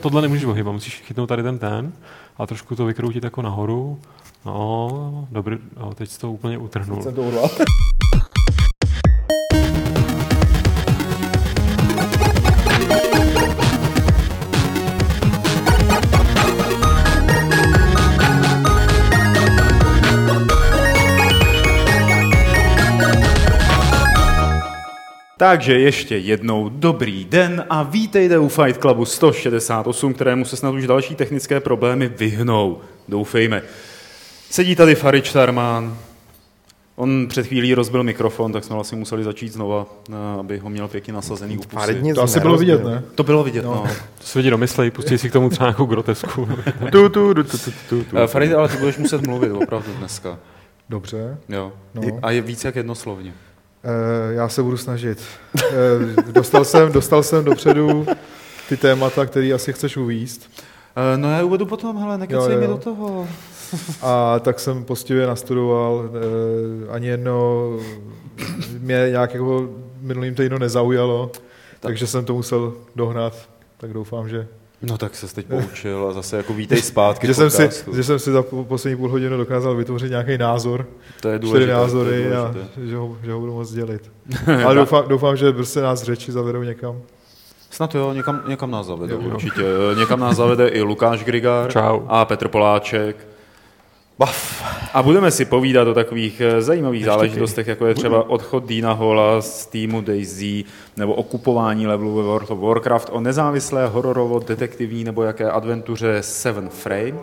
tohle nemůžeš ohýbat, musíš chytnout tady ten a trošku to vykroutit jako nahoru. No, dobrý, no, teď jsi to úplně utrhnul. Jsem to urval. Takže ještě jednou dobrý den a vítejte u Fight Clubu 168, kterému se snad už další technické problémy vyhnou, doufejme. Sedí tady Farid Štarmán, on před chvílí rozbil mikrofon, tak jsme vlastně museli začít znova, aby ho měl pěkně nasazený u pusy. To asi bylo vidět, ne? To bylo vidět, no. To se lidi domyslej, pustí si k tomu třeba nějakou grotesku. Farid, ale ty budeš muset mluvit opravdu dneska. Dobře. Jo. No. A je víc jak jednoslovně. Já se budu snažit. Dostal jsem dopředu ty témata, které asi chceš uvíct. No já uvedu potom, hele, nekecej mi do toho. A tak jsem poctivě nastudoval. Ani jedno mě nějak jako minulým týdnu nezaujalo, takže jsem to musel dohnat. Tak doufám, že... No tak se teď poučil a zase jako vítej zpátky. že jsem si za poslední půl hodinu dokázal vytvořit nějaký názor. To je důležité. 4 názory a že ho budu moct dělit. Ale doufám, že prostě nás řeči zavedou někam. Snad jo, někam nás zavedou určitě. Někam nás zavede i Lukáš Grigár. Čau. A Petr Poláček. A budeme si povídat o takových zajímavých záležitostech, jako je třeba odchod Deana Halla z týmu DayZ, nebo okupování levelu ve World of Warcraft, o nezávislé hororovo-detektivní nebo jaké adventuře Seven Frame.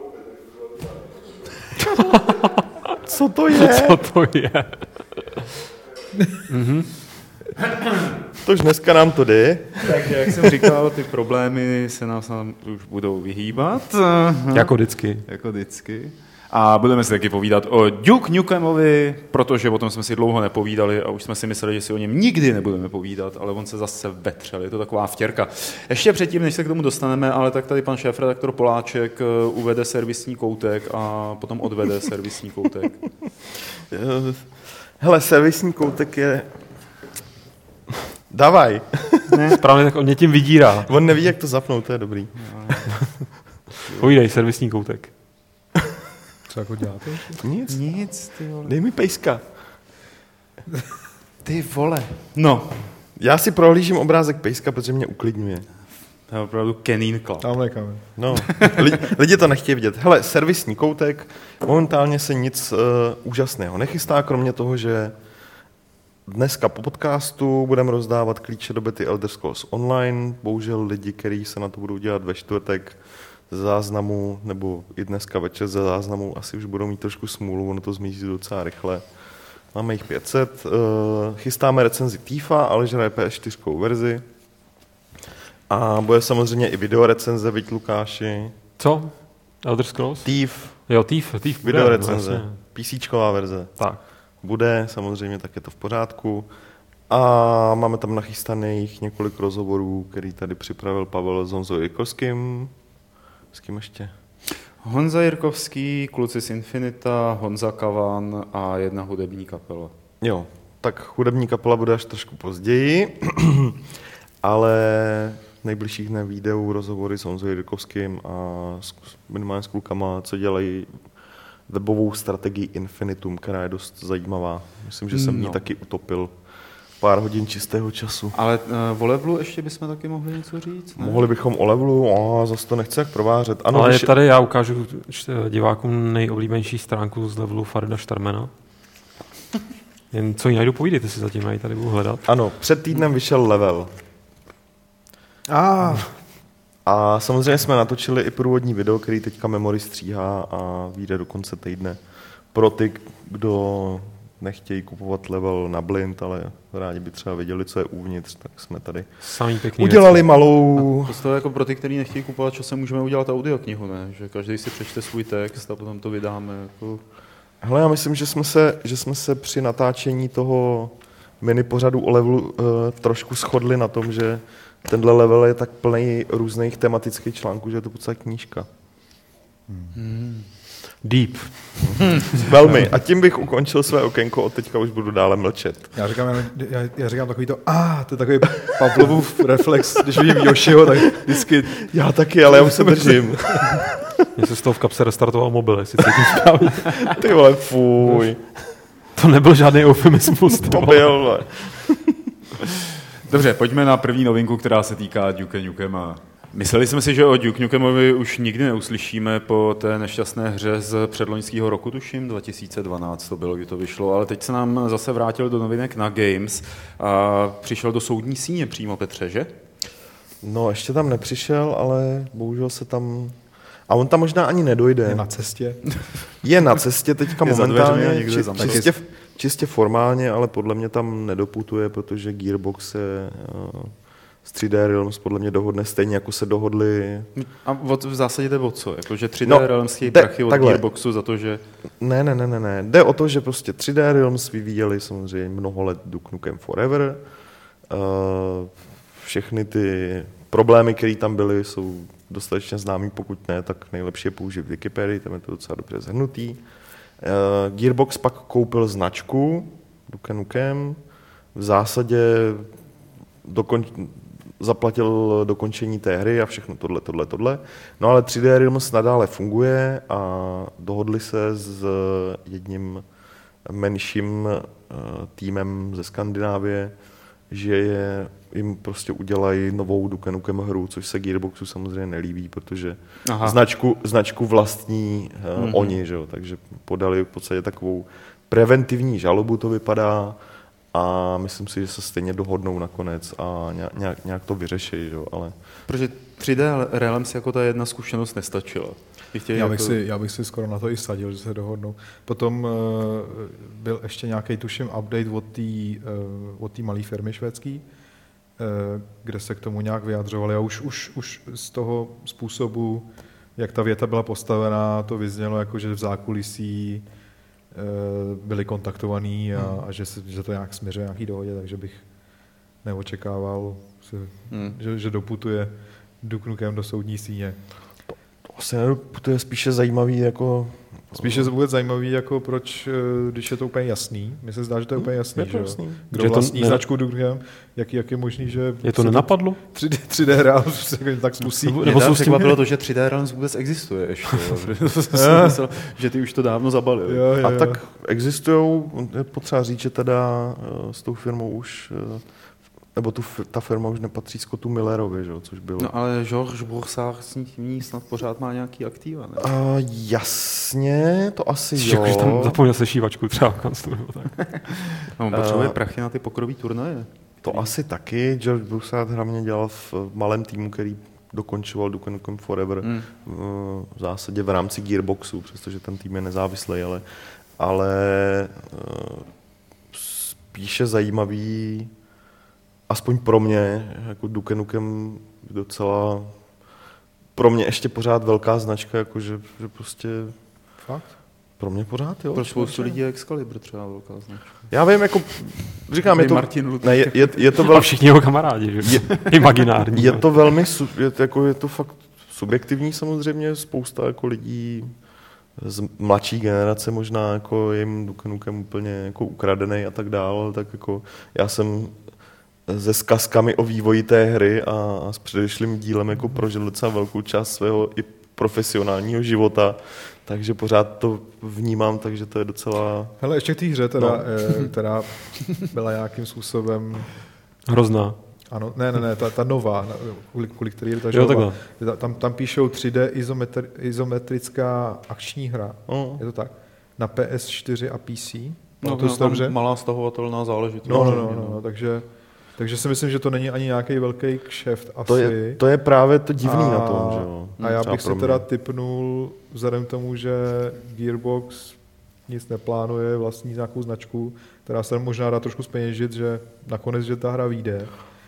Co to je? Co to je? Tož dneska nám to jde. Tak jak jsem říkal, ty problémy se nás už budou vyhýbat. Jako vždycky. Jako vždycky. A budeme si taky povídat o Duke Nukemovi, protože o tom jsme si dlouho nepovídali a už jsme si mysleli, že si o něm nikdy nebudeme povídat, ale on se zase vetřel, je to taková vtěrka. Ještě předtím, než se k tomu dostaneme, ale tak tady pan šéfredaktor Poláček uvede servisní koutek a potom odvede servisní koutek. Hele, servisní koutek je... Davaj. Ne, správně, tak on mě tím vydírá. On neví, jak to zapnout, to je dobrý. Povídej, servisní koutek. Co jako děláte? Nic, ty vole. Dej mi pejska. Ty vole. No. Já si prohlížím obrázek pejska, protože mě uklidňuje. To je opravdu Kenin Club. Tamhle kamen. No, lidi to nechtějí vidět. Hele, servisní koutek, momentálně se nic úžasného nechystá, kromě toho, že dneska po podcastu budeme rozdávat klíče do bety Elder Scrolls Online. Bohužel lidi, kteří se na to budou dělat ve čtvrtek ze záznamu, nebo i dneska večer ze záznamu, asi už budou mít trošku smůlu, ono to zmizí docela rychle. Máme jich 500. Chystáme recenzi Thiefa, ale hraje PS4 verzi. A bude samozřejmě i videorecenze, viď Lukáši? Co? Elder Scrolls? Thief. Jo, Thief bude. Videorecenze. Vlastně. PCčková verze. Tak. Bude, samozřejmě, tak je to v pořádku. A máme tam nachystaných několik rozhovorů, který tady připravil Pavel s Honzou Jirkovským. S kým ještě? Honza Jirkovský, kluci z Infinita, Honza Kavan a jedna hudební kapela. Jo, tak hudební kapela bude až trošku později, ale v nejbližších dnech vyjdou rozhovory s Honzou Jirkovským a minimálně s klukama, co dělají webovou strategii Infinitum, která je dost zajímavá. Myslím, že jsem v ní taky utopil pár hodin čistého času. Ale o levelu ještě bychom taky mohli něco říct? Ne? Mohli bychom o levelu, zase to nechci jak provářet. Ano, ale tady já ukážu divákům nejoblíbenější stránku z levelu Farida Štarmana. Jen co ji najdu, povídejte si zatím, já ji tady budu hledat. Ano, před týdnem vyšel level. A samozřejmě jsme natočili i průvodní video, který teďka Memory stříhá a vyjde do konce týdne. Pro ty, kdo nechtějí kupovat level na blind, ale rádi by třeba věděli, co je uvnitř, tak jsme tady udělali věci. Malou... To je jako pro ty, kteří nechtějí kupovat, časem můžeme udělat audioknihu, ne? Že každý si přečte svůj text a potom to vydáme. Jako... Hele, já myslím, že jsme se při natáčení toho mini pořadu o levelu trošku shodli na tom, že tenhle level je tak plný různých tematických článků, že je to v podstatě knížka. Deep. Velmi. A tím bych ukončil své okénko, od teďka už budu dále mlčet. Já říkám takový to, to je takový Pavlovův reflex, když vidím Yoshiho, tak vždycky... Já taky, ale já už se držím. Mně se z toho v kapse restartoval mobil, jestli cítím správně. Ty vole, fuj. To nebyl žádný eufemismus. To byl, vole. Dobře, pojďme na první novinku, která se týká Duke Nukema. Mysleli jsme si, že o Duke Nukemovi už nikdy neuslyšíme po té nešťastné hře z předloňského roku, tuším, 2012 to bylo, kdy to vyšlo, ale teď se nám zase vrátil do novinek na Games a přišel do soudní síně přímo, Petře, že? No, ještě tam nepřišel, ale bohužel se tam... A on tam možná ani nedojde. Je na cestě. Je na cestě teďka je momentálně, čistě formálně, ale podle mě tam nedoputuje, protože Gearbox je... z 3D Realms podle mě dohodne stejně, jako se dohodli... A v zásadě jde o co? Jako, že 3D Realms chtějí prachy od Gearboxu za to, že... Ne. Jde o to, že prostě 3D Realms vyvíjeli samozřejmě mnoho let Duke Nukem Forever. Všechny ty problémy, které tam byly, jsou dostatečně známý, pokud ne, tak nejlepší je použít Wikipedii, tam je to docela dobře zhrnutý. Gearbox pak koupil značku Duke Nukem, v zásadě zaplatil dokončení té hry a všechno tohle. No ale 3D Realms nadále funguje a dohodli se s jedním menším týmem ze Skandinávie, že jim prostě udělají novou Duke Nukem hru, což se Gearboxu samozřejmě nelíbí, protože značku vlastní oni, že jo? Takže podali v podstatě takovou preventivní žalobu, to vypadá, a myslím si, že se stejně dohodnou nakonec a nějak to vyřeší, jo, ale... Protože 3D Realms jako ta jedna zkušenost nestačila. Já bych si skoro na to i sadil, že se dohodnou. Potom byl ještě nějaký, tuším, update od té malé firmy švédský, kde se k tomu nějak vyjadřovali a už z toho způsobu, jak ta věta byla postavená, to vyznělo jako, že v zákulisí byli kontaktovaní a že to nějak směřuje nějaký dohodě, takže bych neočekával, že doputuje Duke Nukem do soudní síně. To asi nedoputuje, spíše zajímavý jako... Spíše vůbec zajímavý, jako proč, když je to úplně jasný. Mně se zdá, že to je úplně jasný, že jo? Kdo vlastní značku Duke Nukem, jak je možný, že... Je to nenapadlo? 3D Realms tak zkusí. Nebo se překvapilo to, že 3D Realms vůbec existuje ještě. Myslel, že ty už to dávno zabalil. Jo. A tak existujou, je potřeba říct, že teda s tou firmou už... Nebo ta firma už nepatří Scottu Millerovi, že? Což bylo... No ale Georges Broussard s ní snad pořád má nějaký aktiva, ne? Jasně, to asi jo. Že tam zapomněl se šívačku třeba. On potřebuje prachy na ty pokrový turnaje. To asi taky. Georges Broussard hlavně dělal v malém týmu, který dokončoval Duke Nukem Forever v zásadě v rámci Gearboxu, přestože ten tým je nezávislý, ale spíše zajímavý, aspoň pro mě, jako Duke Nukem docela, pro mě ještě pořád velká značka, jako že prostě... Fakt? Pro mě pořád, jo. Pro spoustu lidí je Excalibur třeba velká značka. Já vím, jako, říkám, je to... Ne, je to velmi... A všichni jeho kamarádi, že? Imaginární. Je to velmi, je to fakt subjektivní samozřejmě, spousta jako lidí z mladší generace možná jako jim Duke Nukem úplně jako ukradenej a tak dál, tak jako já jsem se zkazkami o vývoji té hry a s předešlým dílem jako prožil docela velkou část svého i profesionálního života, takže pořád to vnímám, takže to je docela... Hele, ještě k té hře teda byla nějakým způsobem... Hrozná. Ano, ne, ta nová, kvůli který je ta žaloba. Tam píšou 3D izometrická akční hra, je to tak? Na PS4 a PC? No, malá stahovatelná záležitost. No, takže si myslím, že to není ani nějaký velký kšeft asi. To je právě to divný na tom, že jo. A já bych si teda tipnul, vzhledem k tomu, že Gearbox nic neplánuje, vlastní nějakou značku, která se možná dá trošku zpeněžit, že nakonec, že ta hra vyjde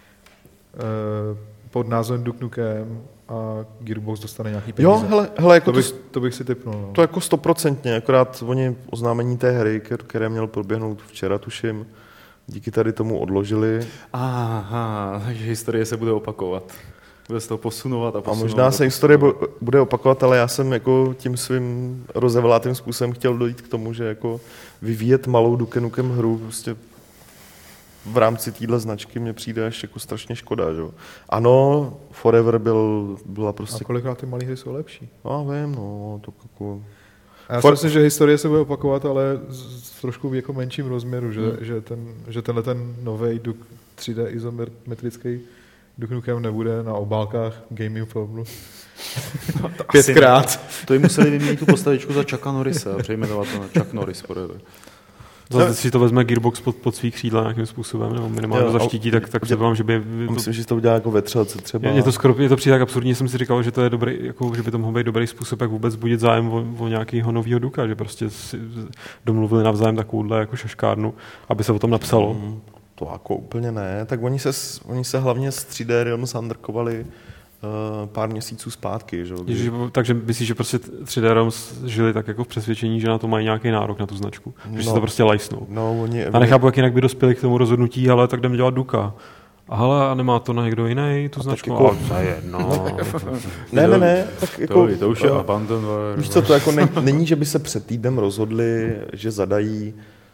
pod názvem Duke Nukem a Gearbox dostane nějaký peníze. Jo, hele, jako to bych si tipnul. No. To jako 100%, akorát oni oznámení té hry, které měl proběhnout včera, tuším, díky tady tomu odložili. Aha, takže historie se bude opakovat. Bude se to posunovat a A posunovat. možná se historie bude opakovat, ale já jsem jako tím svým rozevlátým způsobem chtěl dojít k tomu, že jako vyvíjet malou Duke Nukem hru prostě v rámci téhle značky mně přijde až jako strašně škoda, že? Ano, Forever byla prostě... A kolikrát ty malé hry jsou lepší? No, vím, no, to jako... A já si myslím, že historie se bude opakovat, ale v trošku jako menším rozměru, že tenhle ten nový 3D izometrický Duke Nukem nebude na obálkách Game Informu. No, 5krát. To jim museli vyměnit tu postavičku za Chucka Norrise a přejmenovat to na Chuck Norris Forever. Zase si to vezme Gearbox pod svý křídla nějakým způsobem, nebo minimálně zaštítí, tak se vám, že by... Myslím, že to udělá jako ve třelce třeba. Je to přijde tak absurdní, jsem si říkal, že to je dobrý, jako, že by to mohl být dobrý způsob, jak vůbec budit zájem o nějakého nového Duka, že prostě si domluvili navzájem takovouhle jako šaškárnu, aby se o tom napsalo. To jako úplně ne, tak oni se hlavně s 3D Realms underkovali pár měsíců zpátky. Že? Takže myslíš, že prostě 3D Realms žili tak jako v přesvědčení, že na to mají nějaký nárok na tu značku, že se to prostě lajsnou. A nechápu, jak jinak by dospěli k tomu rozhodnutí, ale tak jdeme dělat Duka. A hele, a nemá to na někdo jiný, tu značku? Jako, to je jedno. Ne, tak jako... To už je Abandonware. Víš co, to jako není, že by se před týdnem rozhodli, že zadají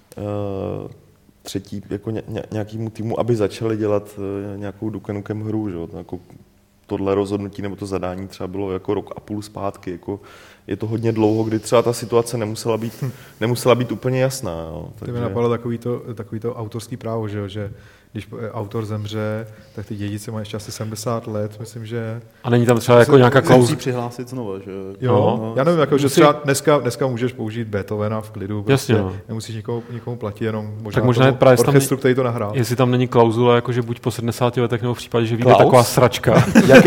třetí jako nějakému týmu, aby začali dělat nějakou Duke Nukem hru, že? Jako tohle rozhodnutí nebo to zadání třeba bylo jako rok a půl zpátky. Jako je to hodně dlouho, kdy třeba ta situace nemusela být úplně jasná. Jo. Takže... To mi napadlo takový to autorský právo, že když autor zemře, tak ty dědice mají ještě asi 70 let, myslím, že... A není tam třeba jako nějaká klauzula? Musí přihlásit znova, že... Jo, no, já nevím, jako, že třeba dneska můžeš použít Beethovena v klidu, prostě jasně, no. Nemusíš nikomu platit, jenom možná právě orchestru, který to nahrál. Jestli tam není klauzula, jako že buď po 70 letech, nebo v případě, že vyjde taková sračka.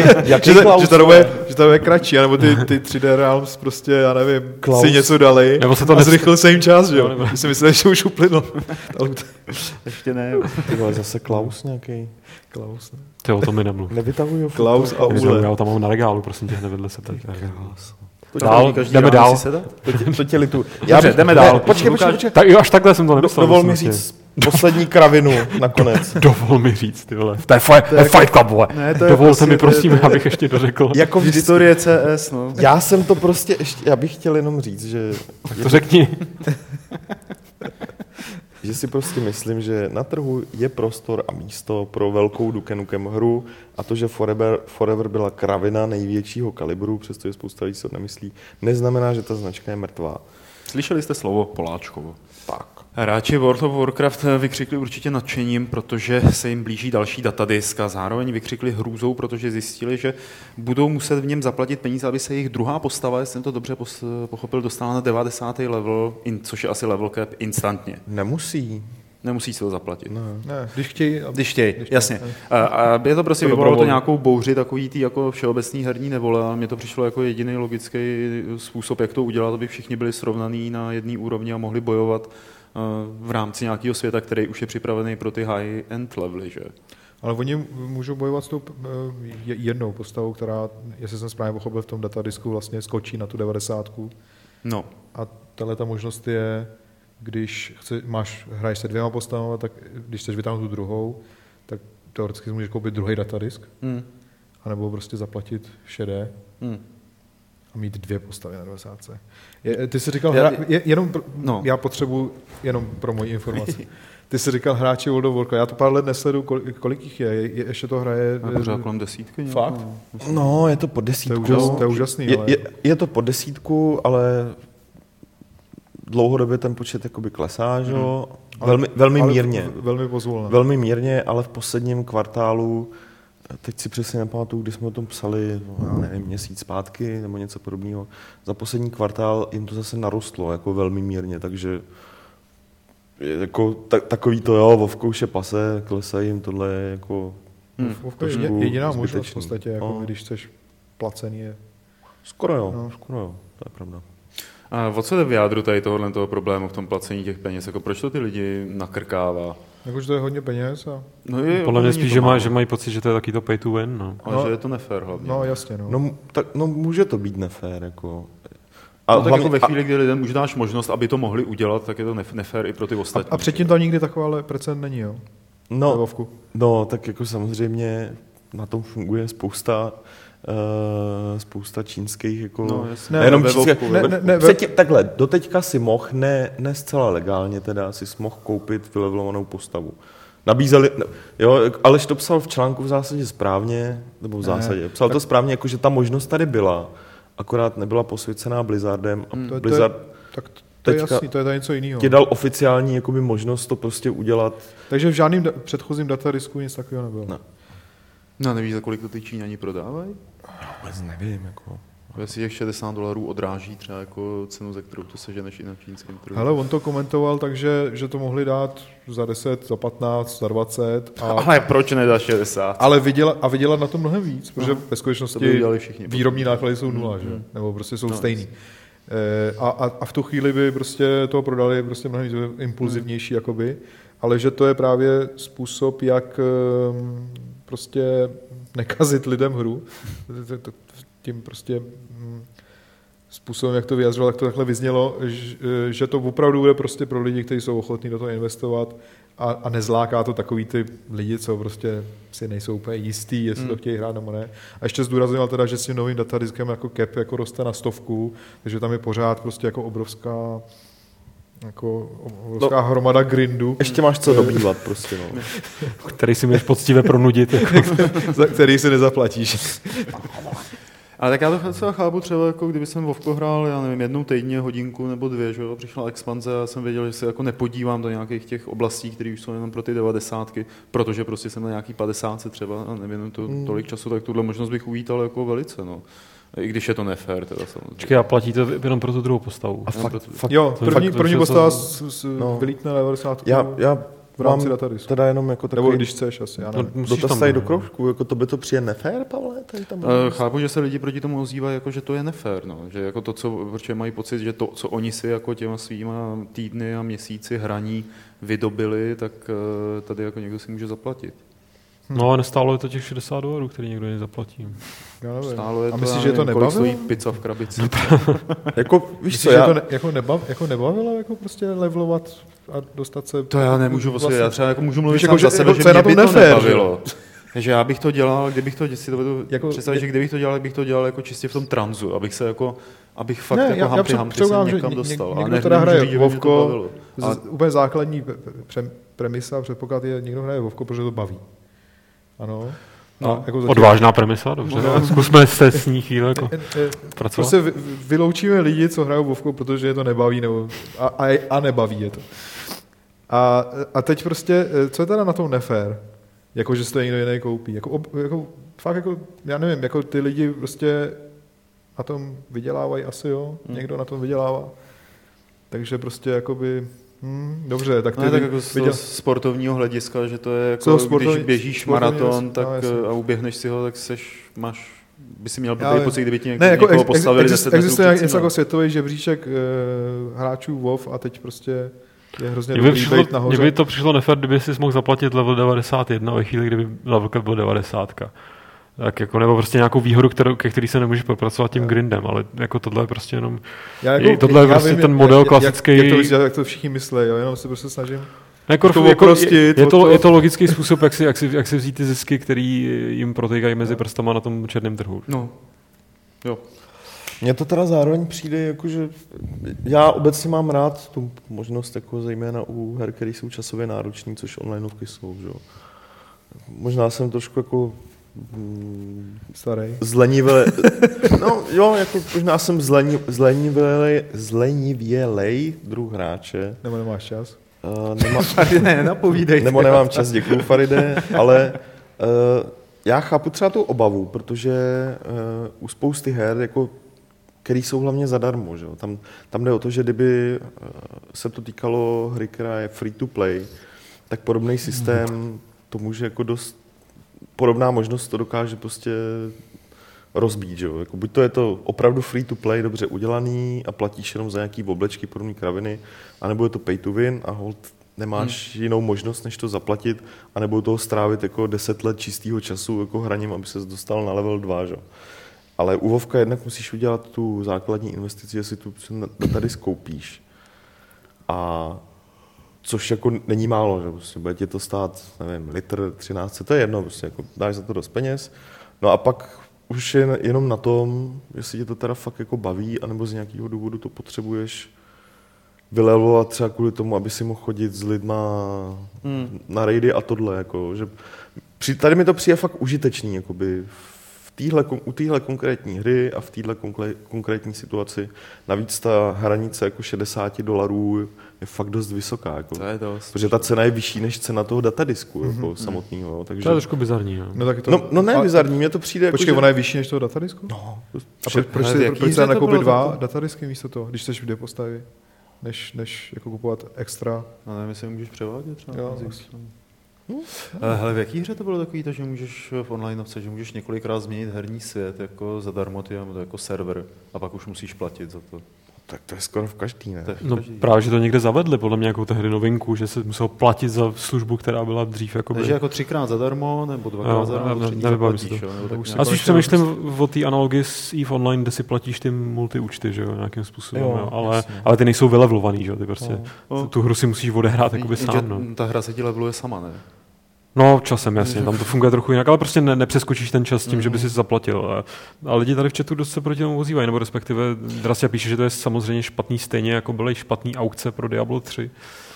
Že to je kratší, nebo ty 3D Realms prostě, já nevím, si něco dali nebo se to a zrychlil se jim čas, že jo? Když si myslel, že už uplynul. Ještě ne. Zase Klaus nějaký. Klaus, ne? Ty o tom mi nemluv. Nevytahuji Klaus a Ule. Já ho tam mám na regálu, prosím tě, nevedle se teď. Jdeme dál. To tě litu. Jdeme dál. Počkej. Tak jo, až takhle jsem to nemyslel. Dovol mi říct poslední kravinu nakonec. Dovol mi říct, ty vole. To je Fight Club, vole. Dovolte mi, prosím, abych ještě dořekl. Jako v historii CS, no. Já jsem to prostě ještě, já bych chtěl jenom říct, že... Tak to řekni. Že si prostě myslím, že na trhu je prostor a místo pro velkou Duke Nukem hru a to, že Forever byla kravina největšího kalibru, přestože spousta lidí se to nemyslí, neznamená, že ta značka je mrtvá. Slyšeli jste slovo Poláčkovo? Tak. Hráči World of Warcraft vykřikli určitě nadšením, protože se jim blíží další datadisk a zároveň vykřikli hrůzou, protože zjistili, že budou muset v něm zaplatit peníze, aby se jejich druhá postava, jestli jsem to dobře pochopil, dostala na 90. level, což je asi level cap, instantně. Nemusí se to zaplatit. Ne, když chtějí. Jasně. A je to prostě vyvolalo to nějakou bouři, takový tý jako všeobecný herní nevole, a mně to přišlo jako jediný logický způsob, jak to udělat, aby všichni byli srovnaný na jedné úrovni a mohli bojovat v rámci nějakého světa, který už je připravený pro ty high-end levely, že? Ale oni můžou bojovat s tou jednou postavou, která, jestli jsem správně pochopil, v tom datadisku vlastně skočí na tu 90. No. A tato možnost je, když hraješ se 2 postavami, tak když chceš vytáhnout tu druhou, tak teoreticky můžeš koupit druhý datadisk, anebo prostě zaplatit šedé a mít 2 postavy na 90. Ty jsi říkal, já potřebuji jenom pro moji informaci. Ty jsi říkal hráči World of Warcraft, já to pár let nesledu, kolik jich je, ještě to hraje... Pořád kolem 10. Fakt? No, je to pod 10. To je úžasný. Je to pod 10, ale dlouhodobě ten počet jakoby klesá, že? Velmi mírně. Velmi pozvolně. Velmi mírně, ale v posledním kvartálu, teď si přesně nepamatuju, když jsme o tom psali, nevím, měsíc zpátky nebo něco podobného, za poslední kvartál jim to zase narostlo jako velmi mírně, takže jako takový to Vovka už je pase, klesají jim tohle jako Vovka je jediná možnost v podstatě, jako když chceš placený je. Skoro jo, to je pravda. A o co jde v jádru tady tohoto problému v tom placení těch peněz? Jako proč to ty lidi nakrkává? Jakože to je hodně peněz a... Podle mě spíš, že mají pocit, že to je taky to pay to win. No. A že je to nefér hlavně. No jasně. No může to být nefér. Jako. A tak jako ve chvíli, kdy lidem už dáš možnost, aby to mohli udělat, tak je to nefér i pro ty ostatní. A předtím tam nikdy taková precedent není, jo? No, tak jako samozřejmě na tom funguje spousta čínských, jako... nejenom čínské... Takhle, doteďka si mohl, ne zcela legálně teda, si mohl koupit vylevelovanou postavu. Nabízeli, jo, Aleš to psal v článku v zásadě správně, nebo v zásadě, psal to správně, jako že ta možnost tady byla, akorát nebyla posvěcená Blizzardem a Blizzard... To je jasný, to je tady něco jiného. Ti dal oficiální jakoby, možnost to prostě udělat. Takže v žádným předchozím datarisku nic takového nebylo. No nevíš, za kolik to ty Číňani prodávají? Vůbec nevím, jako... Jestli těch $60 odráží třeba jako cenu, ze kterou to seženeš i na čínském trhu. Hele, on to komentoval tak, že to mohli dát za 10, za 15, za 20. Ale proč nedá 60? Ale vydělat na to mnohem víc, protože ve skutečnosti výrobní náklady jsou nula, že? Nebo prostě jsou stejný. A v tu chvíli by prostě toho prodali prostě mnohem impulzivnější, jakoby, ale že to je právě způsob, jak prostě nekazit lidem hru. Tím prostě způsobem, jak to vyjadřoval, tak to takhle vyznělo, že to opravdu bude prostě pro lidi, kteří jsou ochotní do toho investovat a nezláká to takový ty lidi, co prostě si nejsou úplně jistý, jestli to chtějí hrát nebo ne. A ještě zdůraznil teda, že s tím novým datadiskem jako cap jako roste na 100, takže tam je pořád prostě jako obrovská hromada grindu. Ještě máš co dobývat prostě, no. Který si můžeš poctivě pronudit. Jako. Za který si nezaplatíš. Ale tak já to docela chápu třeba, jako kdyby jsem Vovko hrál, já nevím, jednou týdně, hodinku nebo 2, že jo, přišla expanze a já jsem věděl, že se jako nepodívám do nějakých těch oblastí, které už jsou jenom pro ty 90, protože prostě jsem na nějaký 50 třeba a nevěnuju to tolik času, tak tuhle možnost bych uvítal jako velice, no. I když je to nefér, teda samozřejmě. Počkej, a platíte jenom pro tu druhou postavu? A jo, první postava vylítne na 90. Já v rámci datadisku. Teda jenom jako takový... Nebo když chceš asi, já nevím. Dotaz tady do kroužku, jako to by to přijde nefér, Pavle? Chápu, že se lidi proti tomu ozývají, jako že to je nefér, no. Že jako to, protože mají pocit, že to, co oni si jako těma svýma týdny a měsíci hraní vydobili, tak tady jako někdo si může zaplatit. No a nestálo je to těch $60, který někdo nezaplatí. Stálo je a myslíš, že to nebavilo? Pizza v krabici. Jako, víš myslíš, že to jako nebavilo jako prostě levelovat a dostat se... To já nemůžu vlastně, já třeba jako můžu mluvit sám za sebe, že mě by to nebavilo. Takže já bych to dělal, kdybych to představit, že kdybych to dělal, bych to dělal jako čistě v tom tranzu, abych fakt ne, jako hampy se někam dostal. Někdo teda hraje Vovko, úplně základní premisa, předpoklad je, někdo hraje Vovko, protože to baví. Ano. No, jako odvážná premisa, dobře. No. Zkusme se s ní chvíli jako pracovat. Prostě vyloučíme lidi, co hrajou Vovku, protože je to nebaví, nebo a nebaví je to. A teď prostě, co je teda na tom nefér? Jako, že se to někdo jiný koupí. Jako, fakt jako, já nevím, jako ty lidi prostě na tom vydělávají asi, jo? Někdo na tom vydělává. Takže jakoby... dobře, tak ty tak jako z sportovního hlediska, že to je jako, když běžíš maraton tak, a uběhneš si ho, tak by si měl blbý pocit, kdyby ti někoho postavili 10 metrů. Existuje něco jako světový žebříček hráčů WoW a teď prostě je hrozně dobrý být nahoře. Mně by to přišlo nefér, kdyby si mohl zaplatit level 91 ve chvíli, kdyby level cap byl 90. Tak jako, nebo prostě nějakou výhodu, ke který se nemůžeš propracovat tím grindem, ale jako tohle je prostě jenom... tohle je prostě ten model klasický... Jak to všichni myslí, jo? Jenom se prostě snažím... Je to logický způsob, jak si vzít ty zisky, který jim protýkají mezi prstama na tom černém trhu. No, jo. Mně to teda zároveň přijde, jakože já obecně mám rád tu možnost, jako zejména u her, které jsou časově náročný, což onlineovky jsou, že jo. Možná jsem trošku jako starý. No jo, jako možná jsem zlenivělej druh hráče. Nebo nemáš čas? Napovídej. Nebo nemám čas, děkuju Faride, ale já chápu třeba tu obavu, protože u spousty her, jako, který jsou hlavně zadarmo, že? Tam jde o to, že kdyby se to týkalo hry, která je free to play, tak podobný systém to může jako dost podobná možnost to dokáže prostě rozbít, že jo. Jako buď to je to opravdu free to play, dobře udělaný a platíš jenom za nějaký oblečky, podobné kraviny, anebo je to pay to win a hold nemáš jinou možnost, než to zaplatit, anebo toho strávit jako 10 let čistého času jako hraním, aby ses dostal na level 2, že? Ale u Vovka jednak musíš udělat tu základní investici, jestli tu tady skoupíš. A což jako není málo, že prostě bude ti to stát, nevím, litr, 13, to je jedno, prostě jako dáš za to dost peněz. No a pak už je jenom na tom, jestli tě to teda fakt jako baví, anebo z nějakého důvodu to potřebuješ vylevovat třeba kvůli tomu, aby si mohl chodit s lidma na raidy a tohle, jako, že tady mi to přijde fakt užitečný, jakoby u téhle konkrétní hry a v téhle konkrétní situaci. Navíc ta hranice jako $60 je fakt dost vysoká. Jako, to je dost. Protože ta cena je vyšší než cena toho datadisku jako samotného. Takže... To je trošku bizarní. No, tak to... no ne bizarní, mně to přijde Počkej, jako, ona je vyšší než toho datadisku? No. A proč se nakoupit 2 datadisky místo toho, když chceš video postavy, než jako kupovat extra? No nevím, jestli můžeš převádět třeba. Jo, hele, v jaký hře to bylo takový, to, že můžeš v onlineovce, že můžeš několikrát změnit herní svět jako zadarmo, ty to jako server a pak už musíš platit za to. Tak to je skoro v každý, ne? No právě, že to někde zavedli, podle mě jako hry novinku, že se musel platit za službu, která byla dřív. Jakoby... Takže jako 3x zadarmo, nebo 2x zadarmo, nebo 3 zaplatíš. A spíš přemýšlím o té analogii s EVE Online, kde si platíš ty multi-účty, že jo, nějakým způsobem, jo, ale ty nejsou vylevlovaný, že jo, ty prostě tu hru si musíš odehrát jakoby sám. No. Ta hra se ti leveluje sama, ne? No, časem, jasně, tam to funguje trochu jinak, ale prostě nepřeskočíš ten čas tím, že by si zaplatil. A lidi tady v chatu dost se proti tomu ozývají, nebo respektive Drasia píše, že to je samozřejmě špatný stejně, jako byly špatný aukce pro Diablo 3.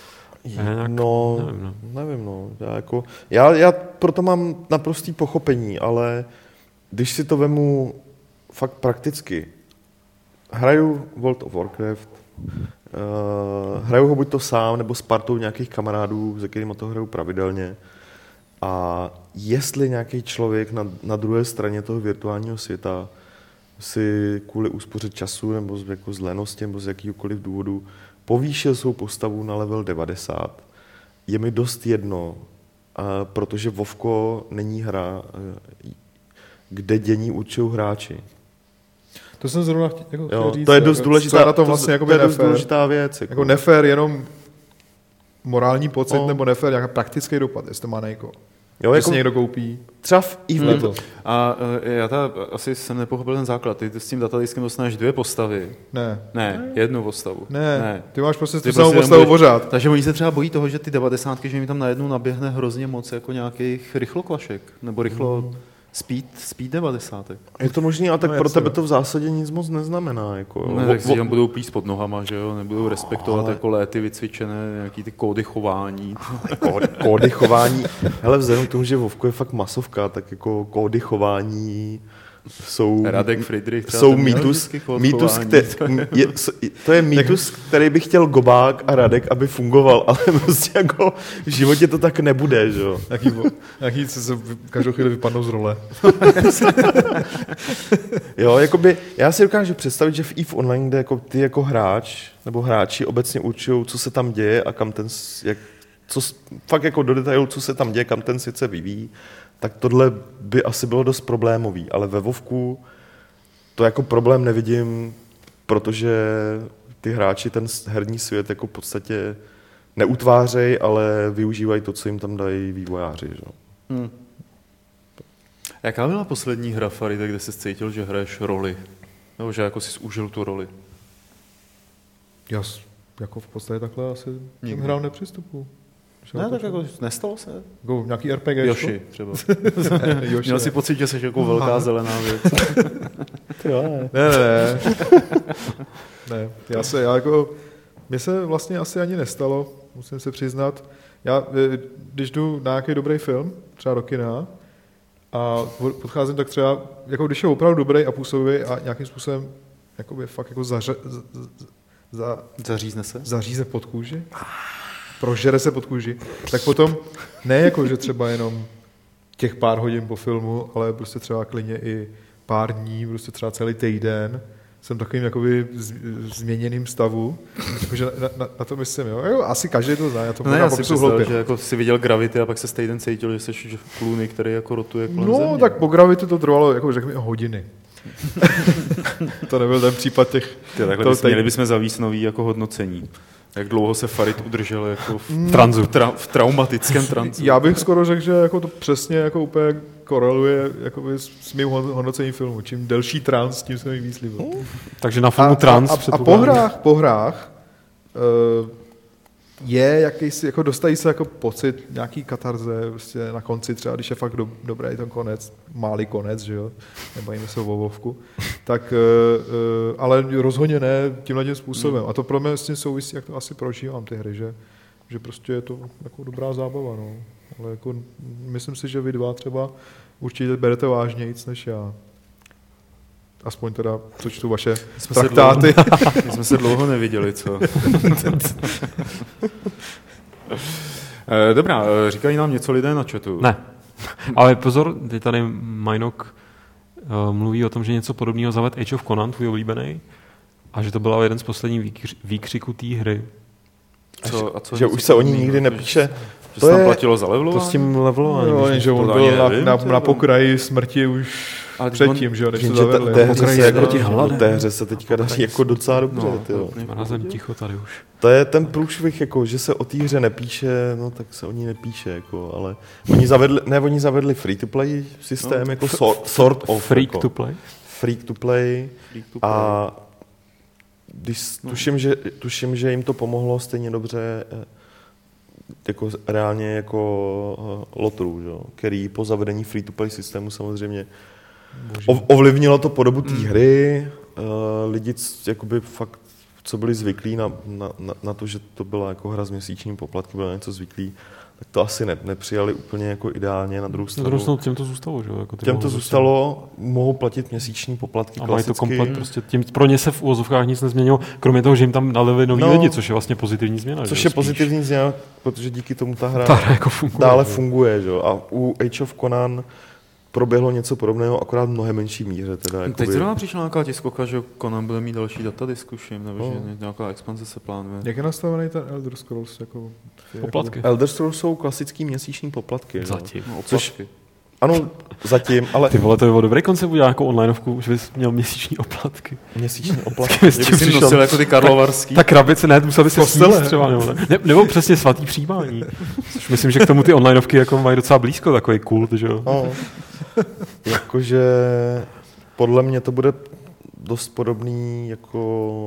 Nevím. Já proto mám naprostý pochopení, ale když si to vemu fakt prakticky, hraju World of Warcraft, hraju ho buď to sám, nebo s partou nějakých kamarádů, se kterými to hraju pravidelně. A jestli nějaký člověk na druhé straně toho virtuálního světa si kvůli úspoře času nebo jako z lenosti nebo z jakýhokoliv důvodu povýšil svou postavu na level 90, je mi dost jedno, protože WoWko není hra, kde dění určují hráči. To jsem zrovna chtěl říct. To je dost důležitá věc. Jako nefér jenom morální pocit nebo nefér nějaký praktický dopad, jestli to má nejko. Jo, jako někdo koupí. Třeba v EVE. A já asi jsem nepochopil ten základ. Ty s tím datadiskem dostaneš 2 postavy. Ne, 1 postavu. Ne. Ty máš prostě tu samou postavu pořád. Takže oni se třeba bojí toho, že ty 90, že mi tam najednou naběhne hrozně moc jako nějakých rychlokvašek. Nebo Speed 90. Je to možný, ale tak pro tebe to v zásadě nic moc neznamená. Jako, ne, tak si tam budou plíst pod nohama, že jo? Nebudou respektovat jako léty vycvičené, nějaký ty kódy chování. Kódy chování. Hele, vzhledem k tomu, že WoWko je fakt masovka, tak jako kódy chování jsou... Radek Friedrich jsou to je mýtus, který by chtěl Gobák a Radek, aby fungoval, ale prostě jako v životě to tak nebude, že jo? Nějaký se každou chvíli vypadnou z role. Jo, jakoby, já si dokážu představit, že v EVE Online, kde jako ty jako hráč, nebo hráči obecně určují, co se tam děje a kam fakt jako do detailu, co se tam děje, kam ten svět se vyvíjí, tak tohle by asi bylo dost problémový, ale ve WoWku to jako problém nevidím, protože ty hráči ten herní svět jako v podstatě neutvářejí, ale využívají to, co jim tam dají vývojáři. Že? Jaká byla poslední hra Faride, kde jsi cítil, že hraješ roli? Nebo že jako jsi užil tu roli? Já jako v podstatě takhle asi jsem hrál nepřistupu. Ne, tak jako nestalo se? Jako nějaký RPG? Yoshi třeba. Měl si pocit, že jsi jako velká zelená věc. Ne. Mně se vlastně asi ani nestalo, musím se přiznat. Já, když jdu na nějaký dobrý film, třeba do kina, a podcházím tak třeba, jako když je opravdu dobrý a působivý a nějakým způsobem jakoby fakt jako zařízne pod kůži, prožere se pod kůži, tak potom ne jako, že třeba jenom těch pár hodin po filmu, ale prostě třeba klidně i pár dní, prostě třeba celý týden jsem takovým jakoby změněným stavu, jakože na to myslím, jo, asi každý to zná, já to možná popisu hloupě. Že jako jsi viděl Gravity a pak se týden cítil, že jsi Clooney, který jako rotuje kolem země. No, tak po Gravity to trvalo, jako řekněme, hodiny. To nebyl ten případ těch... Měli bychom zavíst nový jako hodnocení. Jak dlouho se Farid udržel jako v traumatickém transu. Já bych skoro řekl, že jako to přesně jako úplně koreluje s mým hodnocením filmu. Čím delší trans, tím se mi víc líbil. Takže na filmu trans a po hrách je jakýsi, jako dostají se jako pocit nějaký katarze prostě na konci, třeba když je fakt dobrý ten konec, máli konec, že jo, nebavíme se o Vovovku, tak, ale rozhodně ne tímhle způsobem. A to pro mě s tím souvisí, jak to asi prožívám ty hry, že prostě je to jako dobrá zábava, no. Ale jako myslím si, že vy dva třeba určitě berete vážnějíc než já. Aspoň teda, co čtu vaše traktáty. My jsme se dlouho neviděli, co? Dobrá, říkají nám něco lidé na chatu. Ne, ale pozor, teď tady Majnok mluví o tom, že něco podobného zaved Age of Conan, tvůj oblíbený, a že to byla jeden z posledních výkřiků té hry. Že už se o ní nikdy nepíše. Že se tam platilo za levelování? To s tím levelováním. No, že on byl na pokraji smrti už předtím, že jo, než to zavedli. Té hře se teďka daří jako docela dobře. Mrazem ticho tady už. To je ten průšvih, jako, že se o té hře nepíše, no tak se o ní nepíše, jako, ale oni zavedli free-to-play systém, no, jako sort of. Free-to-play? Free-to-play. A tuším, že jim to pomohlo stejně dobře jako reálně jako Lotru, že? Který po zavedení free-to-play systému samozřejmě ovlivnilo to podobu té hry. Lidi jakoby fakt, co byli zvyklí na to, že to byla jako hra s měsíčním poplatkem, bylo něco zvyklý, tak to asi nepřijali úplně jako ideálně. Na druhou stranu těm to zůstalo, že? Jako těm to zůstalo, mohou platit měsíční poplatky klasicky. A mají to komplet prostě, pro ně se v uvozovkách nic nezměnilo, kromě toho, že jim tam nalili noví lidi, což je vlastně pozitivní změna. Což je pozitivní změna, protože díky tomu ta hra jako funguje, dále funguje. Že? A u Age of Conan proběhlo něco podobného, akorát v mnohem menší míře. Teda, teď zrovna přišla nějaká tiskovka, že Conan bude mít další datadisku, nebo že nějaká expanze se plánuje. Jak je nastavený ten Elder Scrolls? Jako poplatky. Elder Scrolls jsou klasický měsíční poplatky. Zatím. No, ano, zatím, ale... Ty vole, to je bylo dobrý koncept udělat nějakou onlineovku, že bys měl měsíční oplatky. Měsíční oplatky? Že bys jim nosil jako ty karlovarský. Ta krabice, ne, musel bys se sníst třeba, nebo přesně svatý přijímání. Což myslím, že k tomu ty onlineovky jako mají docela blízko, takový kult, že jo. No. Jakože podle mě to bude dost podobný jako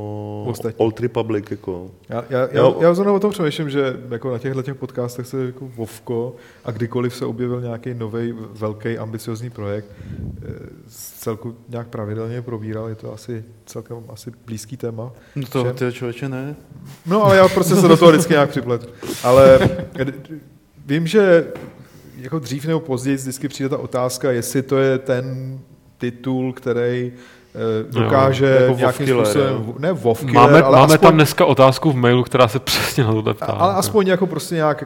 Old Republic. Jako. Já zrovna o tom přemýšlím, že jako na těchto podcastech se jako Vovko a kdykoliv se objevil nějaký nový velký ambiciozní projekt, celku nějak pravidelně probíral, je to asi celkem blízký téma. No to ty člověče ne. No ale já prostě se do toho vždycky nějak připletu. Ale vím, že jako dřív nebo později vždycky přijde ta otázka, jestli to je ten titul, který dokáže jako nějakým způsobem, ne WoW-killer, ale máme tam dneska otázku v mailu, která se přesně na to ptá. Ale aspoň jako prostě nějak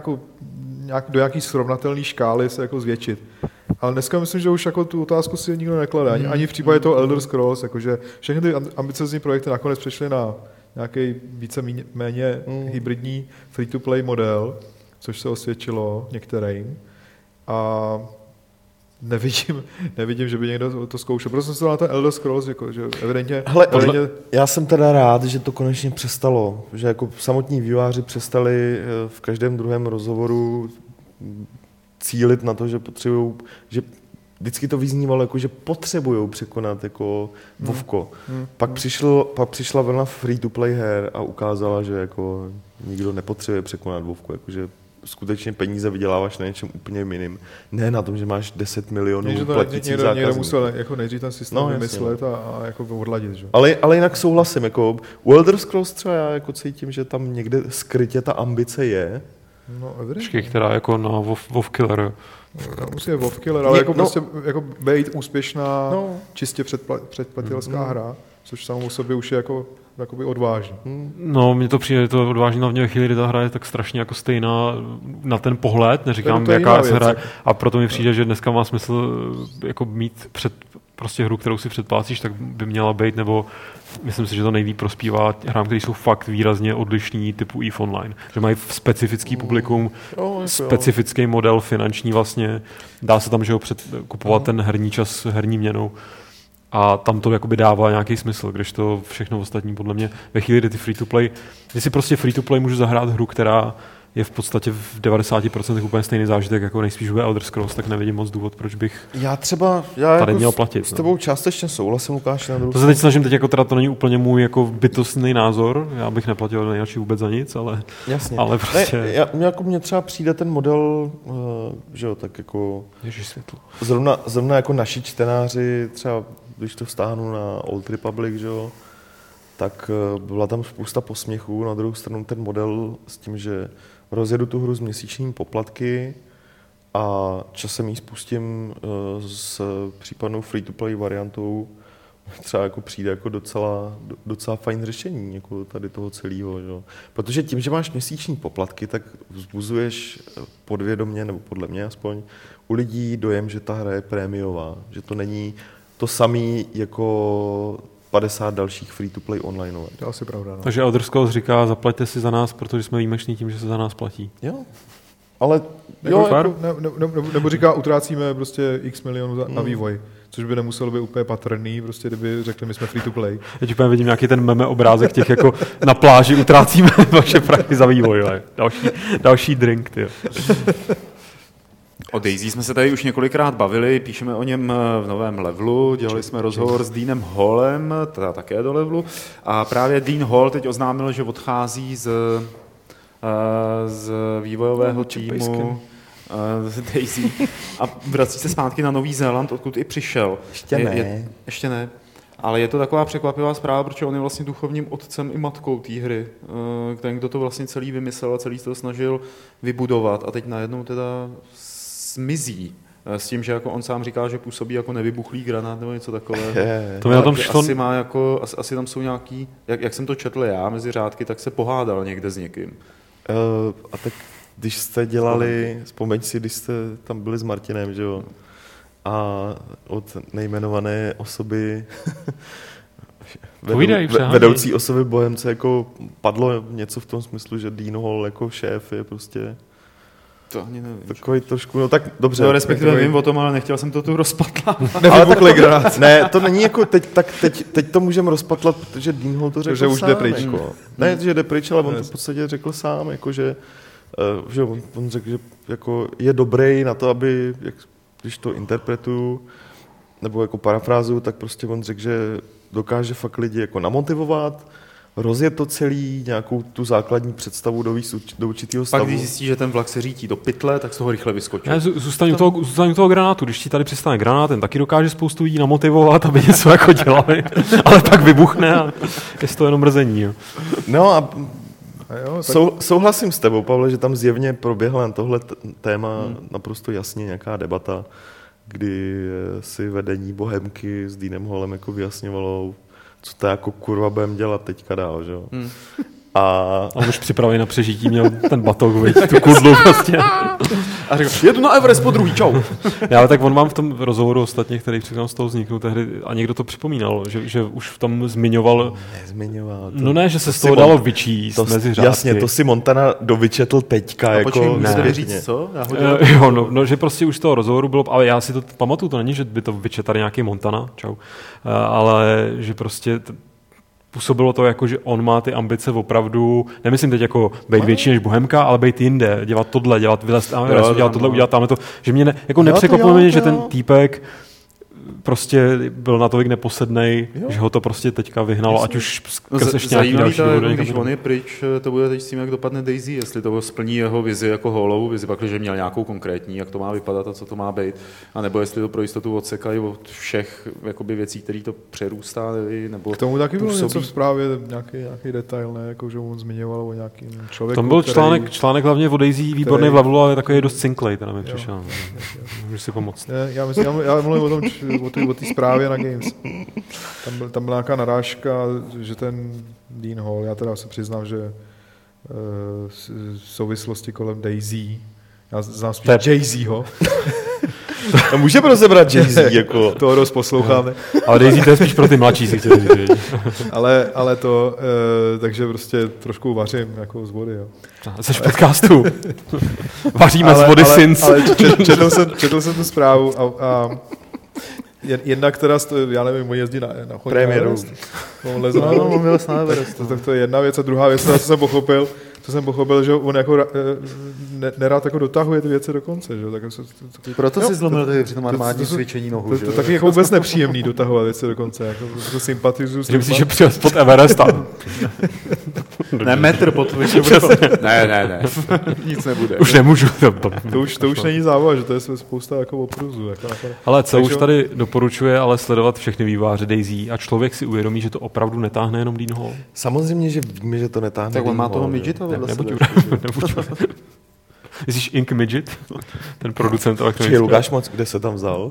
do nějaký srovnatelné škály se jako zvětšit. Ale dneska myslím, že už jako tu otázku si nikdo neklade. Ani v případě toho Elder Scrolls, jakože všechny ty ambiciozní projekty nakonec přešly na nějaký víceméně hybridní free-to-play model, což se osvědčilo některým. A nevidím, že by někdo to zkoušel. Proto jsem se na ten Elder Scrolls, jako, že evidentně... Já jsem teda rád, že to konečně přestalo. Že jako samotní vývojáři přestali v každém druhém rozhovoru cílit na to, že potřebují, že vždycky to vyznívalo jako, že potřebují překonat jako Vovko. Pak přišla vlna free-to-play her a ukázala, že jako nikdo nepotřebuje překonat Vovko, jakože skutečně peníze vyděláváš na něčem úplně jiným. Ne na tom, že máš 10 milionů platících zákazníků. Někdo musel jako nejdřív ten systém vymyslet a jako odladit. Že? Ale jinak souhlasím. Jako u Elder Scrolls třeba já jako cítím, že tam někde skrytě ta ambice je. No, která jako na WoW-killer. Musí je WoW-killer, ale prostě jako být úspěšná čistě předplatitelská hra, což samou sobě už je jako jakoby odvážný. No, mně to přijde to odvážný hlavně ve chvíli, kdy ta hra je tak strašně jako stejná na ten pohled, neříkám, jaká se hra, a proto mi přijde, že dneska má smysl jako mít prostě hru, kterou si předplácíš, tak by měla být, nebo myslím si, že to nejlíp prospívá hrám, které jsou fakt výrazně odlišní typu EVE Online, že mají specifický publikum, specifický model finanční vlastně, dá se tam, že ho kupovat ten herní čas herní měnou. A tam to jakoby dává nějaký smysl, když to všechno ostatní podle mě ve chvíli, kdy ty free-to-play, když si prostě free-to-play můžu zahrát hru, která je v podstatě v 90% úplně stejný zážitek, jako nejspíš bude Elder Scrolls, tak nevidím moc důvod, proč bych tady jako měl platit. S tebou částečně souhlasím, Lukáš, na druhou. To se teď snažím, teď jako teda to není úplně můj jako bytostný názor, já bych neplatil nejradši vůbec za nic, ale, jasně. Ale prostě... Mně třeba přijde ten model, že jo, tak jako... Ježiš světlo. Zrovna jako naši čtenáři, třeba když to vztáhnu na Old Republic, že jo, tak byla tam spousta posměchů, na druhou stranu ten model s tím, že rozjedu tu hru s měsíčními poplatky a časem ji spustím s případnou free-to-play variantou, třeba jako přijde jako docela fajn řešení jako tady toho celého. Že? Protože tím, že máš měsíční poplatky, tak vzbuzuješ podvědomě, nebo podle mě aspoň, u lidí dojem, že ta hra je prémiová, že to není to samý jako 50 dalších free-to-play online. To je asi pravda. No. Takže Elder Scrolls říká, zaplaťte si za nás, protože jsme výjimeční tím, že se za nás platí. Jo, ale... Nebo říká, utrácíme prostě x milionů na vývoj, což by nemuselo být úplně patrný, prostě kdyby řekli, my jsme free-to-play. Teď úplně vidím nějaký ten meme obrázek těch jako na pláži utrácíme vaše prachy za vývoj. Další drink, tyjo. O Daisy jsme se tady už několikrát bavili, píšeme o něm v novém levelu, dělali jsme rozhovor s Deanem Hallem, teda také do levelu, a právě Dean Hall teď oznámil, že odchází z vývojového týmu Daisy a vrací se zpátky na Nový Zéland, odkud i přišel. Ještě ne. Ale je to taková překvapivá zpráva, protože on je vlastně duchovním otcem i matkou té hry, ten, kdo to vlastně celý vymyslel a celý se to snažil vybudovat a teď najednou teda zmizí s tím, že jako on sám říká, že působí jako nevybuchlý granát nebo něco takového. To mi na tom šlo... asi tam jsou nějaký, jak jsem to četl já mezi řádky, tak se pohádal někde s někým. A tak když jste dělali, vzpomeň si, když jste tam byli s Martinem, že jo? A od nejmenované osoby vedoucí osoby Bohemce jako padlo něco v tom smyslu, že Dean Hall jako šéf je prostě to ani nevím. Takový trošku, no tak dobře. No, respektive vím o tom, ale nechtěl jsem to tu rozpatlat. Nevybuchlý granát. Ne, to není jako teď to můžeme rozpatlat, protože Dean Hall to řekl že už sám. Jde pryč. Jako. Ne, že jde pryč, ale on to v podstatě řekl sám, jako že on řekl, že jako je dobrý na to, aby, když to interpretuju, nebo jako parafrázuju, tak prostě on řekl, že dokáže fakt lidi jako namotivovat, rozjet to celý, nějakou tu základní představu do určitého stavu. Pak když zjistí, že ten vlak se řítí do pytle, tak z toho rychle vyskočí. Zůstaň u toho granátu. Když ti tady přistane granát, ten taky dokáže spoustu lidí namotivovat, aby něco jako dělali, ale pak vybuchne a je to jenom mrzení. Jo. No a souhlasím s tebou, Pavle, že tam zjevně proběhla na tohle téma naprosto jasně nějaká debata, kdy si vedení Bohemky s Deanem Hallem jako vyjasňovalo, co to jako kurva budeme dělat teďka dál, že jo. A on už připravený na přežití měl ten batok, tu kudlu prostě. A řekl, jedu na Everest po druhý, čau. Já, tak on mám v tom rozhovoru ostatně, který předtím z toho vzniknul tehdy, a někdo to připomínal, že už v tom zmiňoval. Nezmiňoval. No ne, že se z toho dalo vyčíst mezi řádky. Jasně, to si Montana dovyčetl teďka. A jako, počkej, říct co? No, že prostě už z toho rozhovoru bylo, ale já si to pamatuju, to není, že by to vyčetali nějaký Montana, čau, ale že prostě působilo to jako, že on má ty ambice opravdu, nemyslím teď jako být větší než Bohemka, ale být jinde, dělat tohle, dělat tohle, udělat tamhle to, že mě nepřekvapilo mě, že ten týpek prostě byl natolik neposednej, že ho to prostě teďka vyhnalo, ať už skrz ještě nějaký další důvod. Když on je pryč, to bude teď s tím, jak dopadne Daisy, jestli to splní jeho vizi jako Hallovu vizi, pak, že měl nějakou konkrétní, jak to má vypadat a co to má být, a nebo jestli to pro jistotu odsekají od všech jakoby věcí, které to přerůstá, nebo k tomu taky bylo něco v zprávě, nějaký detail, ne, jako že on zmiňoval o nějakým člověku. Tam byl článek hlavně o Daisy, výborný v levelu, ale takový dost cinklej, teda mi přišel. Můžu si pomoct. Já mluvím o tom, o té zprávě na Games. Tam byla nějaká narážka, že ten Dean Hall, já teda se přiznám, že v souvislosti kolem Daisy, já znám spíš Jay-Zho. A můžeme rozebrat Jay-Z, jako. To dost posloucháme. Ale Daisy to je spíš pro ty mladší, si chtěli říct. ale to, takže prostě trošku vařím jako z vody, jo. Jseš v podcastu. Vaříme z vody Sins. Ale četl jsem tu zprávu a jedna, která, já nevím, on jezdí na Premiéru. On leze na Everest. Tak to je jedna věc. A druhá věc, co jsem pochopil, to jsem pochopil, že on jako nerád jako dotahuje ty věci do konce. Že? Tak proto si zlomil při tom armádním cvičení nohu. To taky jako vůbec nepříjemný dotahovat věci do konce. Jako, to sympatizuju. Myslíš, že přijel pod Everest tam? Ne, metr pod Ne. Nic nebude. Už nemůžu. To už není zábava, že to je spousta jako opruzů. Ale co už tady doporučuje ale sledovat všechny vývojáře DayZ a člověk si uvědomí, že to opravdu netáhne jenom Dean Hall. Samozřejmě, že víme, že to netáhne. Tak on má toho midgeta vedle sebe. Nebuď. Myslíš Ink Midget? Ten producent elektronický. Či Lukáš Moc, kde se tam vzal?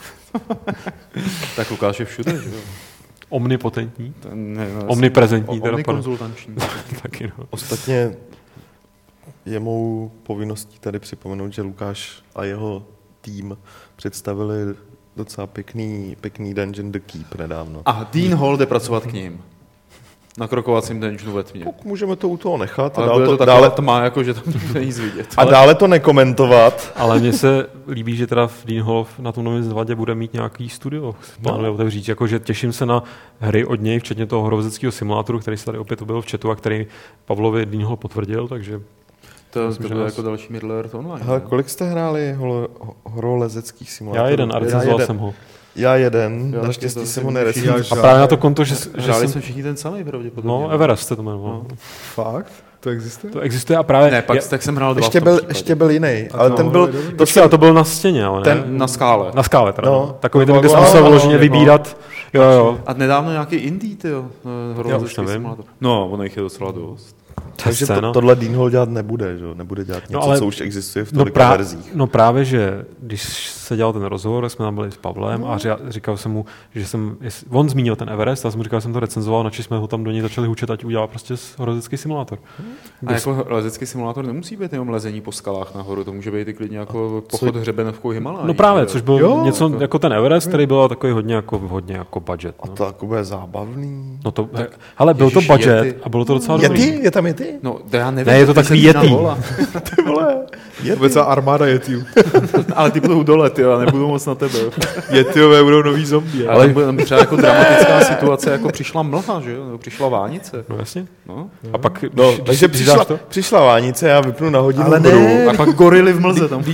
Tak Lukáš je všude, že jo? Omnipotentní? Omniprezentní. Omnikonzultanční. Taky no. Ostatně je mou povinností tady připomenout, že Lukáš a jeho tým představili docela pekný dungeon The Keep nedávno. A Dean Hall jde pracovat k ním. Na krokovacím dungeonu ve tmě. Můžeme to u toho nechat. Ale to dále tma, jako, že tam není nic vidět. A dále to nekomentovat. Ale mně se líbí, že teda v Dean Hall na tom novém zvadě bude mít nějaký studio. Plánuje otevřít, jakože těším se na hry od něj, včetně toho horolezeckého simulátoru, který se tady opět objevil v chatu a který Pavlovi Dean Hall potvrdil, takže... To bude jako další Middle Earth Online. Hele, kolik jste hráli horolezeckých simulátorů? Já jeden a recenzoval jsem ho. Já jeden, naštěstí jsem ho nerecenzoval. A právě na to konto, že hráli jsme všichni ten samý pravděpodobně. No, Everest se to jmenovalo. No. Fakt? To existuje? To existuje a právě... Ne, tak jsem hrál dva ještě byl jiný, ale ten byl... To byl na stěně, ale ne? Na skále. Na skále teda. No. Takový ten, kde jsem musel vyloženě vybírat. Jo. A nedávno nějaký indie, tyjo. Já už nevím. No, ono jich je docela dost. Takže tohle Dean Hall dělat nebude, že? Nebude dělat něco, co už existuje v tolika verzích. No právě, že když se dělal ten rozhovor, jsme tam byli s Pavlem a říkal jsem mu, že on zmínil ten Everest a jsem mu říkal, že jsem to recenzoval, načež jsme ho tam do něj začali hučet, ať udělá prostě horolezecký simulátor. A jako horolezecký simulátor nemusí být jenom lezení po skalách nahoru, to může být i klidně jako pochod hřebenovkou Himalájí. No právě, což byl něco jako ten Everest, který byl takový hodně jako budget. A to jako bude zábavný. No to, ale byl to budget a bylo to docela dobrý. Je tam Yeti? No, to já nevím. Ne, je to takový Yeti. Ty vole. Vůbec armáda Yetiů. Ale ty budou dole, ty, a nebudou moc na tebe. Yetiové budou nový zombie. Ale tam třeba jako dramatická situace, jako přišla mlha, že jo? Přišla vánice. No jasně. No. A pak, takže přišla vánice, já vypnu na hodinu ale ne. A pak gorily v mlze tam.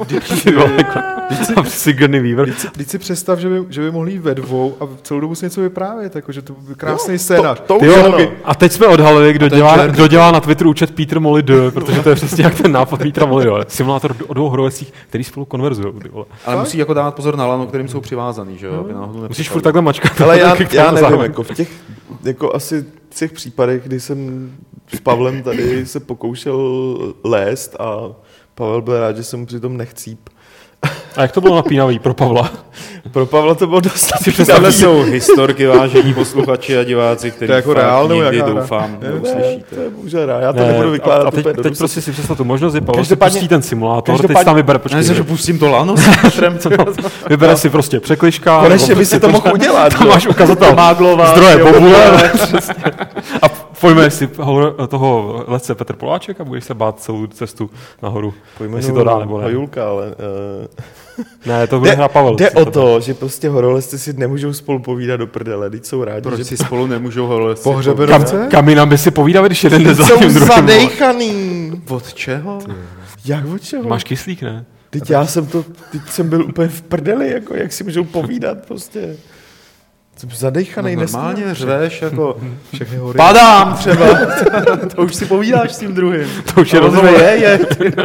Sigourney Weaver. Teď si představ, že by mohli jít ve dvou a celou dobu si něco vyprávět, jakože to byl krásný scénář. A teď jsme odhalili, kdo dělá na Twitteru účet Peter Molly 2, protože to je přesně jak ten nápad Petra Molly 2. Simulátor o dvou horolecích, který spolu konverzují. Ale musí jako dávat pozor na lano, kterým jsou přivázaný, že jo? Musíš furt takhle mačkat. Ale já nevím, jako v těch jako asi v těch případech, kdy jsem s Pavlem tady se pokoušel lézt a Pavel byl rád, že jsem mu přitom nechcíp. A jak to bylo napínavý pro Pavla? Pro Pavla to bylo dost Tohle jsou historky, vážení posluchači a diváci, kteří jako nikdy doufám neuslyšíte. To je bohužel, já to nebudu vykládat. A teď prostě si představ tu možnost, že Pavel si pustí ten simulátor, teď si tam vybere, počkej. Ne, že pustím to lano vybere si prostě překližka. Konečně by si to mohl udělat. Tam máš ukazatel zdroje bobule. A pojme si toho letce Petr Poláček a budeš se bát celou cestu nahoru. Jestli to dá nebo ne. Julka, ale... Ne, to bude hra Pavel. Jde o to, že prostě horolezci si nemůžou spolu povídat do prdele, teď jsou rádi. Proč si spolu nemůžou horolezci povídat? Kam jinam by si povídali, když jeden jde za tím druhým. Jsou zadejchaný. Od čeho? Jak od čeho? Máš kyslík, ne? Teď jsem byl úplně v prdeli, jako jak si můžou povídat prostě. Jsem zadejchanej. No, normálně řveš, jako padám třeba. To už si povídáš s tím druhým. To už je rozumě.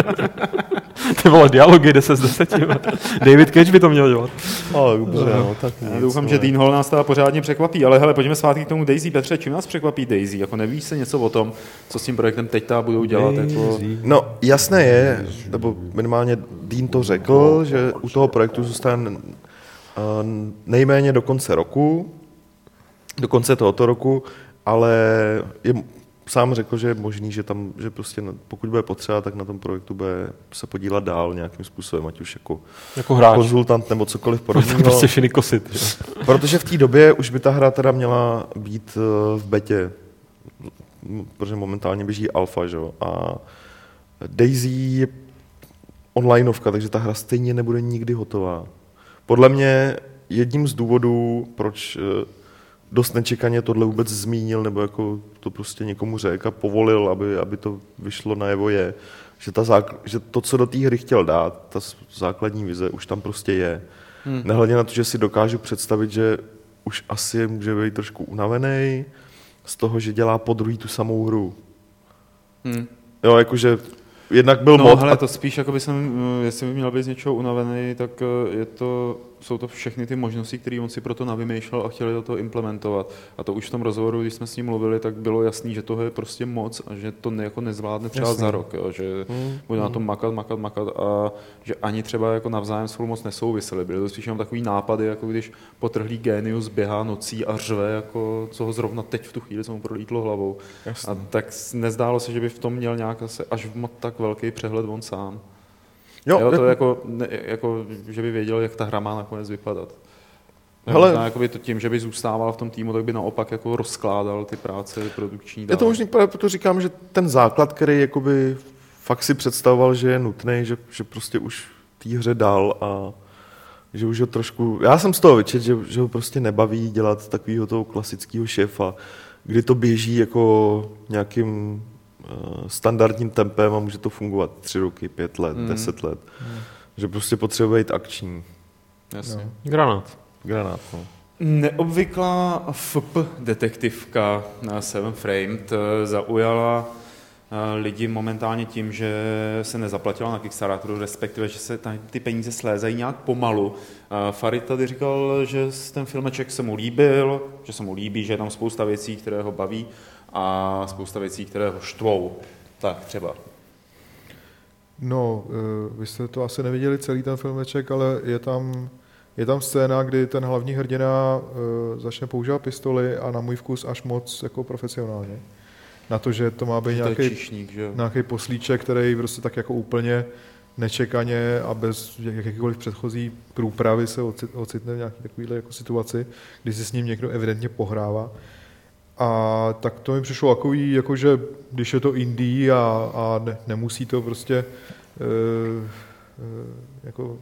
Ty vole, dialogy 10 z 10. David Cage by to měl dělat. Dobře, no, tak já doufám, že Dean Hall nás teda pořádně překvapí, ale hele, pojďme zpátky k tomu DayZ. Petře, čím nás překvapí DayZ? Jako nevíš se něco o tom, co s tím projektem teď budou dělat? Jako... No, jasné je, nebo minimálně Dean to řekl, že u toho projektu zůstane nejméně do konce roku, do konce tohoto roku, ale sám řekl, že je možný, že prostě pokud bude potřeba, tak na tom projektu bude se podílet dál nějakým způsobem, ať už jako hráč, konzultant nebo cokoliv podobného. Prostě všechny kosit. Že? Protože v té době už by ta hra teda měla být v betě, protože momentálně běží alfa, že jo, a DayZ je onlineovka, takže ta hra stejně nebude nikdy hotová. Podle mě jedním z důvodů, proč dost nečekaně tohle vůbec zmínil, nebo jako to prostě někomu řekl a povolil, aby to vyšlo najevo je. Že to, co do té hry chtěl dát, ta základní vize, už tam prostě je. Nehledě na to, že si dokážu představit, že už asi může být trošku unavený z toho, že dělá podruhý tu samou hru. Jo, jakože jednak byl mod. Hele, to spíš, jako jestli by měl být z něčeho unavený, tak jsou to všechny ty možnosti, které on si proto navymýšlel a chtěli do toho implementovat. A to už v tom rozhovoru, když jsme s ním mluvili, tak bylo jasný, že toho je prostě moc a že to jako nezvládne třeba za rok, jo, že bude na tom makat a že ani třeba jako navzájem spolu moc nesouviseli. Byly to spíš jenom takový nápady, jako když potrhlý génius běhá nocí a řve, jako co ho zrovna teď v tu chvíli, co mu prolítlo hlavou. Jasný. A tak nezdálo se, že by v tom měl nějak asi až tak velký přehled on sám. Jo, to jako, že by věděl, jak ta hra má nakonec vypadat. Možná jakoby to tím, že by zůstával v tom týmu, tak by naopak jako rozkládal ty práce produkční dál. Je to možný, proto říkám, že ten základ, který jakoby fakt si představoval, že je nutný, že prostě už té hře dal a že už ho trošku... Já jsem z toho vyčet, že ho prostě nebaví dělat takového toho klasického šéfa, kdy to běží jako nějakým standardním tempem a může to fungovat 3 roky, 5 let, 10 let. Že prostě potřebuje být akční. Jasně. No. Granát, no. Neobvyklá FP detektivka na Seven Framed zaujala lidi momentálně tím, že se nezaplatila na Kickstarteru, respektive, že se ty peníze slézají nějak pomalu. Farid tady říkal, že ten filmeček se mu líbil, že se mu líbí, že je tam spousta věcí, které ho baví a spousta věcí, které ho štvou. Tak třeba. No, vy jste to asi neviděli celý ten filmeček, ale je tam scéna, kdy ten hlavní hrdina začne používat pistoli a na můj vkus až moc jako profesionálně. Na to, že to má být nějaký poslíček, který prostě tak jako úplně nečekaně a bez jakékoliv předchozí průpravy se ocitne v nějaké takovéhle jako situaci, kdy si s ním někdo evidentně pohrává. A tak to mi přišlo takový, jakože když je to indie a nemusí to prostě jako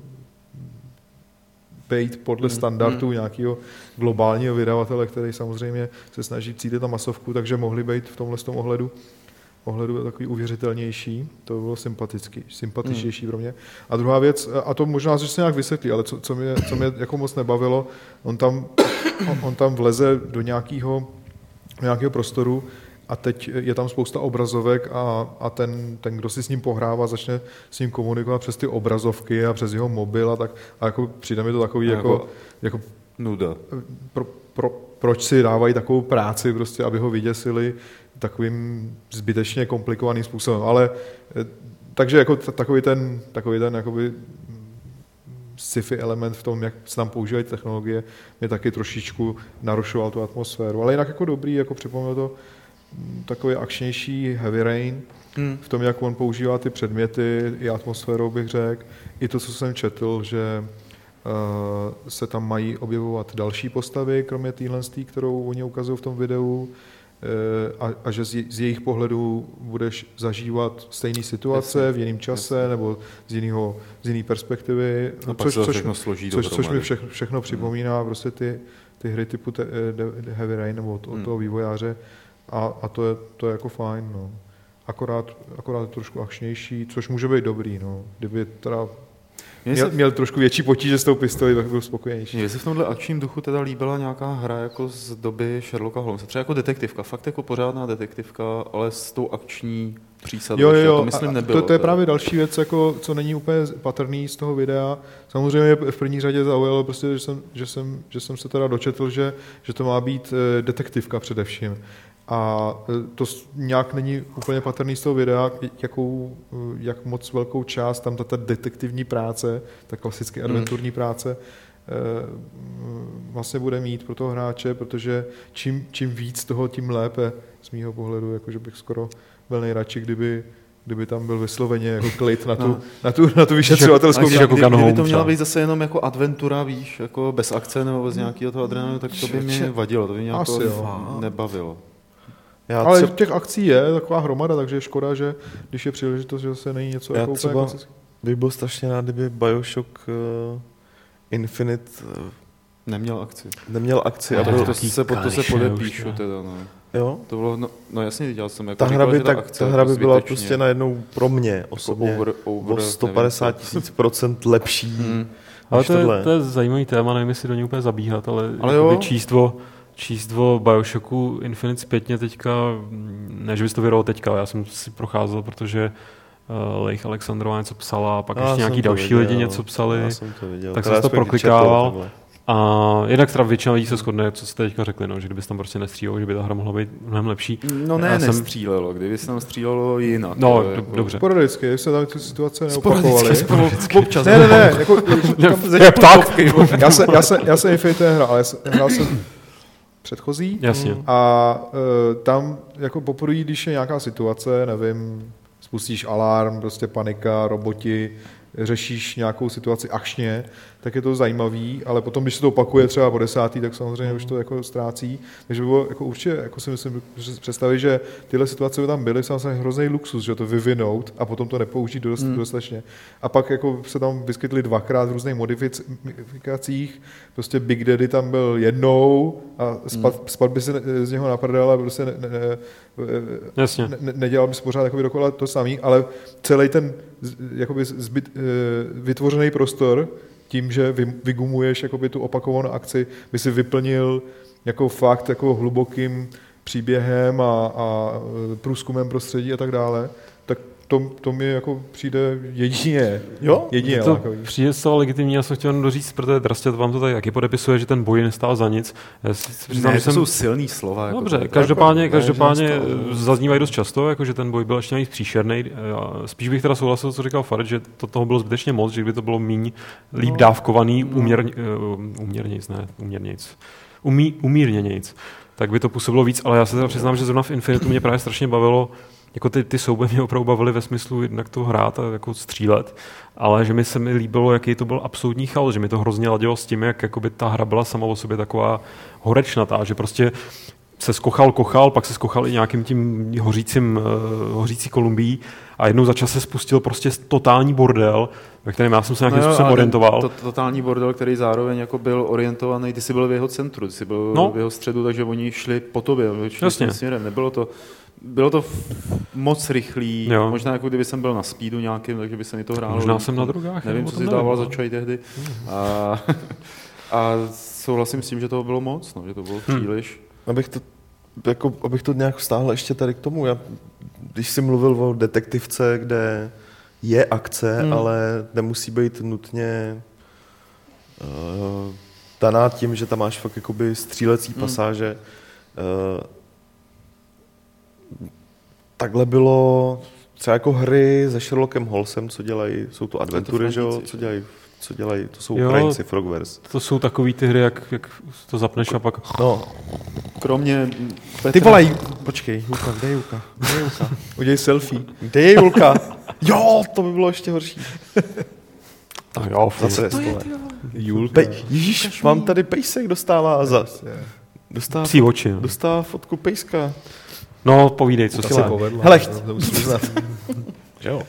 být podle standardu nějakého globálního vydavatele, který samozřejmě se snaží přijít na masovku, takže mohli být v tomhle ohledu takový uvěřitelnější, to bylo sympatičnější pro mě. A druhá věc, a to možná, že se nějak vysvětlí, ale co mě jako moc nebavilo, on tam vleze do nějakého prostoru a teď je tam spousta obrazovek a ten, kdo si s ním pohrává, začne s ním komunikovat přes ty obrazovky a přes jeho mobil a tak. A jako přijde mi to takový jako nuda. Proč si dávají takovou práci, prostě, aby ho vyděsili takovým zbytečně komplikovaným způsobem. Ale takže jako takový ten jakoby sci-fi element v tom, jak se tam používají technologie, mě taky trošičku narušoval tu atmosféru. Ale jinak jako dobrý, jako připomněl to takový akčnější Heavy Rain v tom, jak on používá ty předměty, i atmosférou bych řekl, i to, co jsem četl, že se tam mají objevovat další postavy, kromě téhle, kterou oni ukazují v tom videu, a že z jejich pohledu budeš zažívat stejné situace v jiném čase nebo z jiné perspektivy, což mi všechno připomíná prostě ty hry typu Heavy Rain nebo od toho vývojáře a to je jako fajn. No. Akorát trošku akčnější, což může být dobrý. No. Kdyby teda měl trošku větší potíže s tou pistolí, tak byl spokojenější. Mně se v tomhle akčním duchu teda líbila nějaká hra jako z doby Sherlocka Holmesa. Třeba jako detektivka, fakt jako pořádná detektivka, ale s tou akční přísadou. Jo, to myslím nebylo. To je právě další věc, jako, co není úplně patrný z toho videa. Samozřejmě v první řadě zaujalo, prostě, že jsem se teda dočetl, že to má být detektivka především. A to nějak není úplně patrný z toho videa, jak moc velkou část tam ta detektivní práce, ta klasicky adventurní práce, vlastně bude mít pro toho hráče, protože čím víc toho, tím lépe z mýho pohledu, jakože bych skoro byl nejradši, kdyby tam byl vysloveně jako klid na tu vyšetřovatelskou kámošku. Kdyby to měla být zase jenom jako adventura, víš, jako bez akce nebo bez nějakého toho adrenalinu, tak to by mě vadilo, to by mě jako nebavilo. Ale těch akcí je taková hromada, takže je škoda, že když je příležitost, že zase není něco jako úplně klasické. Bych byl strašně rád, kdyby BioShock Infinite Neměl akci a to se podepíšu teda, no. Jo? To bylo, no jasně, viděl jsem. Jako ta hra by byla prostě najednou pro mě osobně o 150 000% lepší. Ale to je zajímavý téma, nevím, jestli do něj úplně zabíhat, ale číst o Bioshocku Infinite zpětně teďka, ne, že bys to vyrval teďka, já jsem si procházel, protože Leigh Alexandrová něco psala a pak ještě nějaký další lidi něco psali, tak jsem to proklikával. A jednak teda většina lidí se shodne, co jste teďka řekli, no, že kdybys tam prostě nestřílel, že by ta hra mohla být mnohem lepší. No ne, nestřílelo, kdyby se tam střílelo jinak. No, dobře. Sporadicky, jestli se tam ty situace neopakovaly. Občas. Ne, já jsem Infinity nehrál, ale hrál jsem předchozí. Jasně. A tam jako poprvé, když je nějaká situace, nevím, spustíš alarm, prostě panika, roboti, řešíš nějakou situaci akčně, tak je to zajímavý, ale potom, když se to opakuje třeba po 10., tak samozřejmě už to jako ztrácí. Takže by bylo jako určitě, jako si myslím, že představit, že tyhle situace by tam byly, samozřejmě hrozný luxus, že to vyvinout a potom to nepoužít dostatečně. A pak jako se tam vyskytly dvakrát v různých modifikacích, prostě Big Daddy tam byl jednou a spad by se z něho naprdel, ale prostě nedělal by se pořád jakoby dokola to samý, ale celý ten jakoby vytvořený prostor tím, že vygumuješ jakoby tu opakovanou akci, by si vyplnil jako fakt jako hlubokým příběhem a průzkumem prostředí a tak dále, tak to mi jako přijde jedině. Jo? Jedině to přijde zcela legitimní, já jsem chtěl jenom doříct, protože Drastět vám to tady taky podepisuje, že ten boj nestál za nic. To jsou silný slova. Jako dobře, každopádně zaznívají dost často, jako, že ten boj byl ještě navíc příšerný. Spíš bych teda souhlasil, co říkal Farid, že toho bylo zbytečně moc, že kdyby to bylo líp dávkovaný, umírněnějc, tak by to působilo víc, ale já se teda přiznám, že zrovna v Infinitu mě právě strašně bavilo, jako ty souboje mě opravdu bavily ve smyslu jednak to hrát a jako střílet, ale že se mi líbilo, jaký to byl absolutní chaos, že mi to hrozně ladilo s tím, jak jakoby ta hra byla sama o sobě taková horečnatá, že prostě se kochal, pak se skochal i nějakým tím hořící Kolumbií a jednou za čas se spustil prostě totální bordel, ve kterém já jsem se nějakým způsobem orientoval. Totální bordel, který zároveň jako byl orientovaný, ty jsi byl v jeho centru, ty jsi byl v jeho středu, takže oni šli po tobě, šli tím směrem, bylo to moc rychlý, možná jako kdyby jsem byl na speedu nějakým, takže by se mi to hrálo. Možná jsem na drogách. Nevím, co jsi dával za čaj tehdy. A souhlasím s tím, že toho bylo moc, že to bylo příliš. Abych to nějak vztáhl ještě tady k tomu, když jsi mluvil o detektivce, kde je akce, ale nemusí být nutně daná tím, že tam máš fakt jakoby střílecí pasáže. Takhle bylo třeba jako hry se Sherlockem Holmesem, co dělají, jsou to adventury, že jo, co dělají, to jsou Ukrajinci, Frogwares. To jsou takový ty hry, jak to zapneš a pak... No. Kromě Petra. Ty volají, počkej, Julka, kde je Julka? Udělej selfie. Kde je Julka? Jo, to by bylo ještě horší. Tak jo, zase je stole. Julka. Ježíš, mám tady pejsek, dostává psí oči. Dostává fotku pejska. No, povídej, co si povedla. Hele, jo.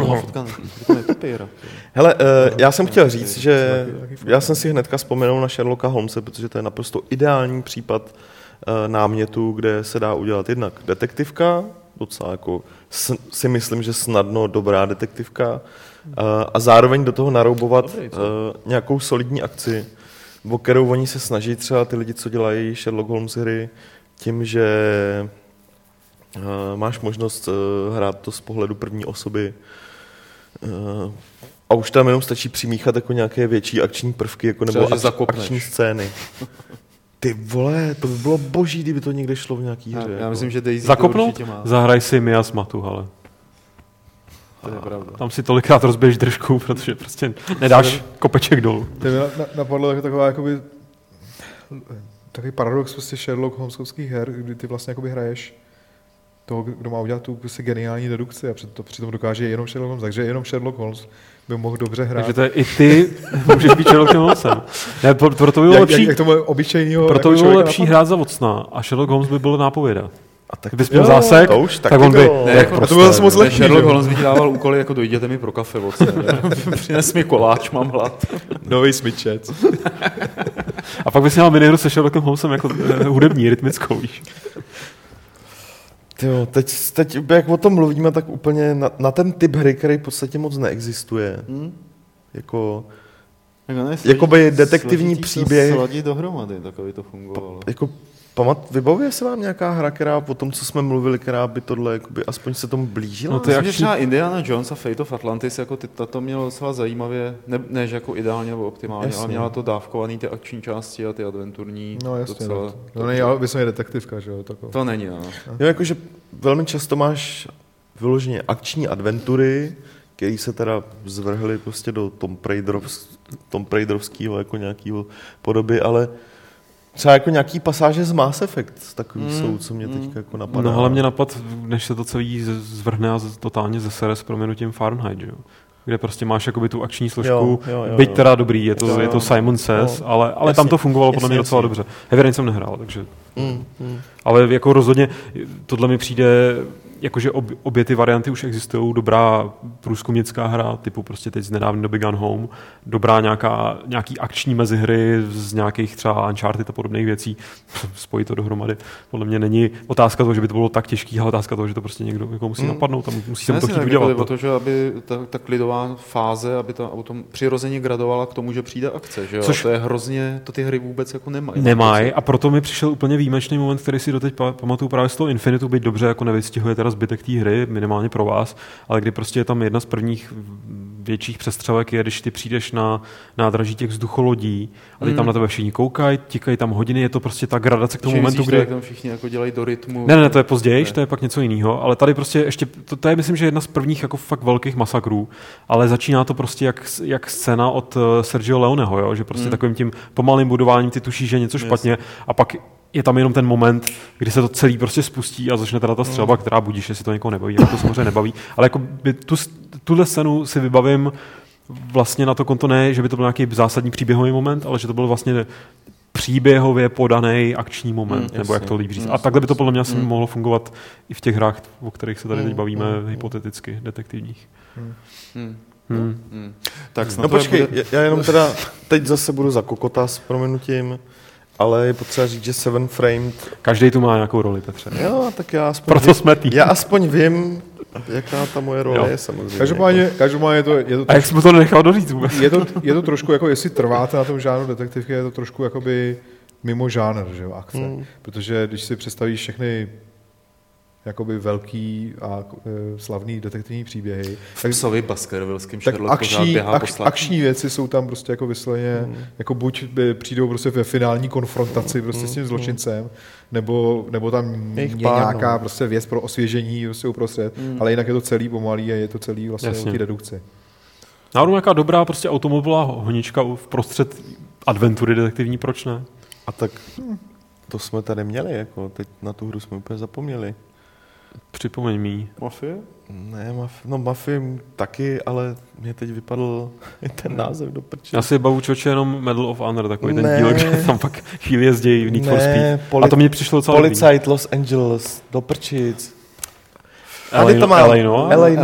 Hele, já jsem chtěl říct, že já jsem si hnedka vzpomenul na Sherlocka Holmese, protože to je naprosto ideální případ námětu, kde se dá udělat jednak detektivka, docela jako si myslím, že snadno dobrá detektivka, a zároveň do toho naroubovat nějakou solidní akci, o kterou oni se snaží třeba ty lidi, co dělají Sherlock Holmes hry, tím, že máš možnost hrát to z pohledu první osoby a už tam jenom stačí přimíchat jako nějaké větší akční prvky jako nebo akční scény. Ty vole, to by bylo boží, kdyby to někde šlo v nějaký hře. Já myslím, že Daisy zakopnout? To určitě má. Zahraj si Mia Smatu, hele. To je pravda. Tam si tolikrát rozbiješ držku, protože prostě nedáš kopeček dolů. To mi napadlo taková jakoby takový paradox prostě Sherlock Holmesovských her, kdy ty vlastně jakoby hraješ toho, kdo má udělat tu prostě geniální dedukci a přitom dokáže jenom Sherlock Holmes, takže jenom Sherlock Holmes by mohl dobře hrát. Takže to je i ty můžeš být Sherlockem Holmesem. Ne, proto by bylo lepší, jak tomu obyčejného proto by bylo lepší hrát za Vocna a Sherlock Holmes by byl nápověda. A tak bys byl zásek, tak on by... To bylo zase moc lepší. Sherlock Holmes by dával úkoly, jako dojděte mi pro kafe, Vocne. Přines mi koláč, mám hlad. Nový smyčec. A pak bys měl minihru se Sherlockem Holmesem jako hudební, rytmickou, víš. Jo, teď jak o tom mluvíme, tak úplně na ten typ hry, který v podstatě moc neexistuje. Jakoby detektivní příběh. Sladit dohromady, tak aby to fungovalo. Vybavuje se vám nějaká hra, která po tom, co jsme mluvili, která by tohle jakoby, aspoň se tomu blížila? No to je třeba Indiana Jones a Fate of Atlantis, jako to mělo docela zajímavě, ne že jako ideálně nebo optimálně, jasně. Ale měla to dávkovaný ty akční části a ty adventurní. No jasně, docela, to není vysloveně detektivka, že jo? Takový. To není, no. Jo, jakože velmi často máš vyloženě akční adventury, který se teda zvrhly prostě do Tom Raiderovského jako nějakého podoby, ale třeba jako nějaký pasáže z Mass Effect takový jsou, co mě teď jako napadá. No ale mě napad, než se to celý zvrhne a totálně zesere s proměnutím Fahrenheit, že jo? Kde prostě máš jakoby tu akční složku, byť teda dobrý, je to Simon Says, ale jasně, tam to fungovalo podle mě docela dobře. Heavy Rain jsem nehrál, takže... Ale jako rozhodně tohle mi přijde, jakože obě ty varianty už existují, dobrá průzkumnická hra, typu prostě teď z nedávné doby Gone Home, dobrá nějaký akční mezihry z nějakých třeba Uncharted a podobných věcí, spojit to dohromady. Podle mě není otázka toho, že by to bylo tak těžký, ale otázka toho, že to prostě někdo jako musí napadnout a musí se mu to chtít udělat. Protože aby ta klidová fáze, aby ta autom přirozeně gradovala k tomu, že přijde akce, že jo? Což to je hrozně, to ty hry vůbec jako nemají. A proto mi přišel úplně výjimečný moment, který si doteď pamatuju právě z toho Infinitu, byť dobře jako nevystihuje teda zbytek té hry, minimálně pro vás, ale kdy prostě je tam jedna z prvních větších přestřelek, je, když ty přijdeš na nádraží těch vzducholodí a ty tam na tebe všichni koukají, tikají tam hodiny, je to prostě ta gradace k tomu momentu, kdy... tam všichni jako dělají do rytmu. Ne, to je později, to je pak něco jiného, ale tady prostě ještě, to je myslím, že jedna z prvních jako fakt velkých masakrů, ale začíná to prostě jak scéna od Sergio Leoneho, jo? Že prostě takovým tím pomalým budováním ty tušíš, že něco špatně a pak je tam jenom ten moment, kdy se to celý prostě spustí a začne teda ta střelba, která budíš, jestli to někoho nebaví, a to samozřejmě nebaví, ale jako tuhle scénu si vybavím vlastně na to konto ne, že by to byl nějaký zásadní příběhový moment, ale že to byl vlastně příběhově podaný akční moment, nebo jak to líbí říct. A takhle by to podle mě asi mohlo fungovat i v těch hrách, o kterých se tady teď bavíme hypoteticky, detektivních. Tak no počkej, já jenom teda teď zase budu za kokota s prominutím, ale je potřeba říct, že Seven Framed... Každý tu má nějakou roli, Petře. Jo, tak já aspoň... Proto jsme tým. Já aspoň vím, jaká ta moje role je samozřejmě. Každopádně je to... A jak jsme to nechal doříct vůbec? Je to trošku, jako jestli trváte na tom žánru detektivky, je to trošku jakoby mimo žánr, že jo, akce. Protože když si představíš všechny jakoby velký a slavný detektivní příběhy. V Psovi Baskervillském Sherlock pořád běhá po slávě. Akční věci jsou tam prostě jako vysloveně, jako buď přijdou prostě ve finální konfrontaci prostě s tím zločincem, nebo tam je nějaká prostě věc pro osvěžení prostě uprostřed, ale jinak je to celý pomalý a je to celý vlastně o té dedukci. Náhodou nějaká dobrá prostě automobilová honička v prostřed adventury detektivní, proč ne? A tak to jsme tady měli, jako teď na tu hru jsme úplně zapomněli. Připomeň mi. Mafie? Ne, Mafie taky, ale mě teď vypadl ten název do prčí. Já si bavu čoče jenom Medal of Honor, takový ten díl, kde tam pak chvíli jezdí v Need for Speed. A to mě přišlo docela Policajt Los Angeles, do prčic. LA Noir.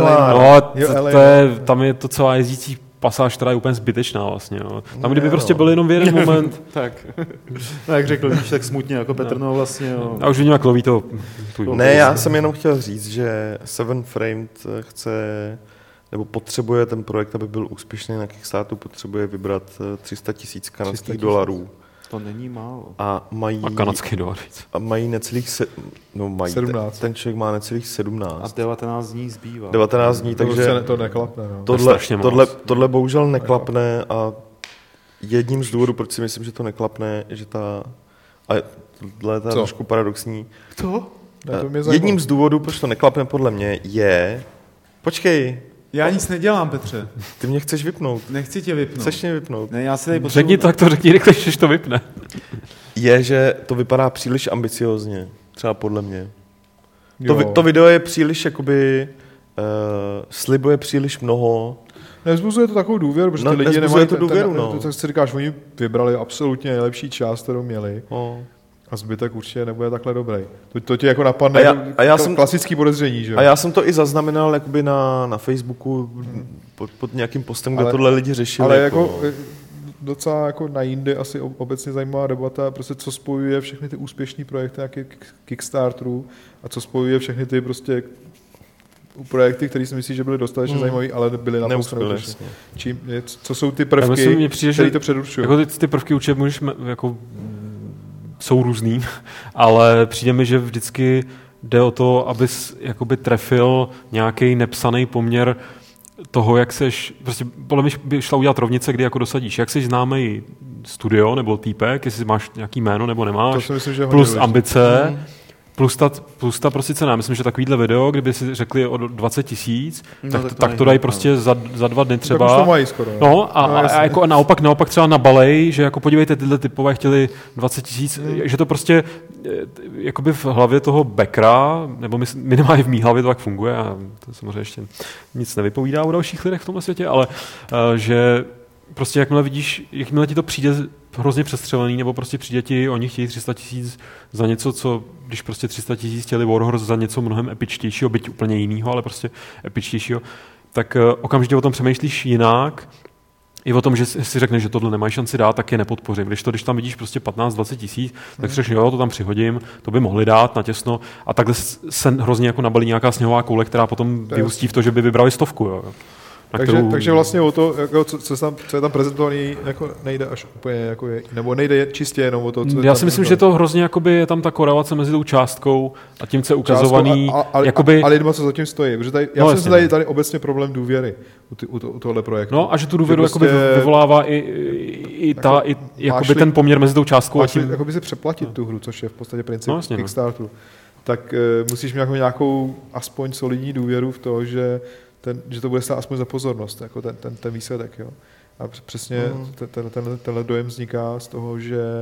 No, tam je to celá jezdící pasáž, která je úplně zbytečná vlastně. Jo. Tam kdyby prostě byl jenom v jeden moment. Tak. No, jak řekl, víš, tak smutně jako Petr, no vlastně. Jo. A už nějak loví to. Ne, já jsem jenom chtěl říct, že Seven Framed chce, nebo potřebuje ten projekt, aby byl úspěšný na Kickstarteru, potřebuje vybrat 300 000 kanadských dolarů. To není málo. A kanadský dolar. A mají necelých 17. Ten člověk má necelých 17. A 19 dní zbývá. 19 dní, takže to neklapne. No. Tohle bohužel neklapne a jedním z důvodů, proč si myslím, že to neklapne, že a tohle je trošku paradoxní. Jedním z důvodů, proč to neklapne podle mě, je... Počkej. Já nic nedělám, Petře. Ty mě chceš vypnout. Nechci tě vypnout. Chceš mě vypnout? Ne, já si tady Řekni to, jak to řekni, když to vypne. Je, že to vypadá příliš ambiciozně. Třeba podle mě. To video je příliš, jakoby, slibuje příliš mnoho. Nezbuzuje to takovou důvěru, protože ty lidi nemají tu důvěru. To si říkáš, oni vybrali absolutně nejlepší část, kterou měli. A zbytek určitě nebude takhle dobrý. To tě jako napadne klasický podezření, že? A já jsem to i zaznamenal jakoby na Facebooku pod nějakým postem, kde tohle lidi řešili. Ale jako docela jako na jindy asi obecně zajímavá debata, prostě co spojuje všechny ty úspěšné projekty nějakých Kickstarterů a co spojuje všechny ty prostě projekty, které si myslí, že byly dostatečně zajímavé, ale byly naprosto neúspěšné. Co jsou ty prvky, které to předurčují? Jako ty prvky určitě můžeš, jako, jsou různý, ale přijde mi, že vždycky jde o to, abys jakoby trefil nějaký nepsaný poměr toho, jak seš, prostě podle mě by šla udělat rovnice, kdy jako dosadíš, jak seš známý studio nebo týpek, jestli máš nějaký jméno nebo nemáš, myslím, plus ambice, plus ta prostě cena. Myslím, že takovýhle video, kdyby si řekli o 20 000, tak to dají prostě za 2 dny třeba. Tak už to mají skoro. No a jako naopak třeba na balej, že jako podívejte, tyhle typové chtěli 20 000, že to prostě jakoby v hlavě toho backera, nebo minimálně v mý hlavě to tak funguje, a to samozřejmě ještě nic nevypovídá o dalších lidech v tomhle světě, ale že prostě jakmile ti to přijde hrozně přestřelený, nebo prostě přijde ti, oni chtějí 300 000 za něco, co, když prostě 300 000 chtěli Warhorse za něco mnohem epičtějšího, byť úplně jinýho, ale prostě epičtějšího, tak okamžitě o tom přemýšlíš jinak. I o tom, že si řekneš, že tohle nemají šanci dát, tak je nepodpořím. Když tam vidíš prostě 15-20 tisíc, tak si řekneš, jo, to tam přihodím, to by mohli dát natěsno, a takhle se hrozně jako nabalí nějaká sněhová koule, která potom vyústí v to, že by vybrali 100. Jo. Takže vlastně o to, jako, co je tam prezentovaný, jako nejde až úplně, jako nebo nejde čistě jenom o to, co já si myslím, že to hrozně jakoby, je tam ta korelace mezi tou částkou a tím, co je ukazovaný. A lidma, co zatím stojí. Protože já jsem tady obecně problém důvěry u tohle projektu. No a že tu důvěru prostě vyvolává i ten poměr mezi tou částkou a tím. Jakoby si přeplatit tu hru, což je v podstatě princip Kickstarteru. Tak musíš mít nějakou aspoň solidní důvěru v to, že to bude stát aspoň za pozornost, jako ten výsledek. Jo. A přesně tenhle dojem vzniká z toho,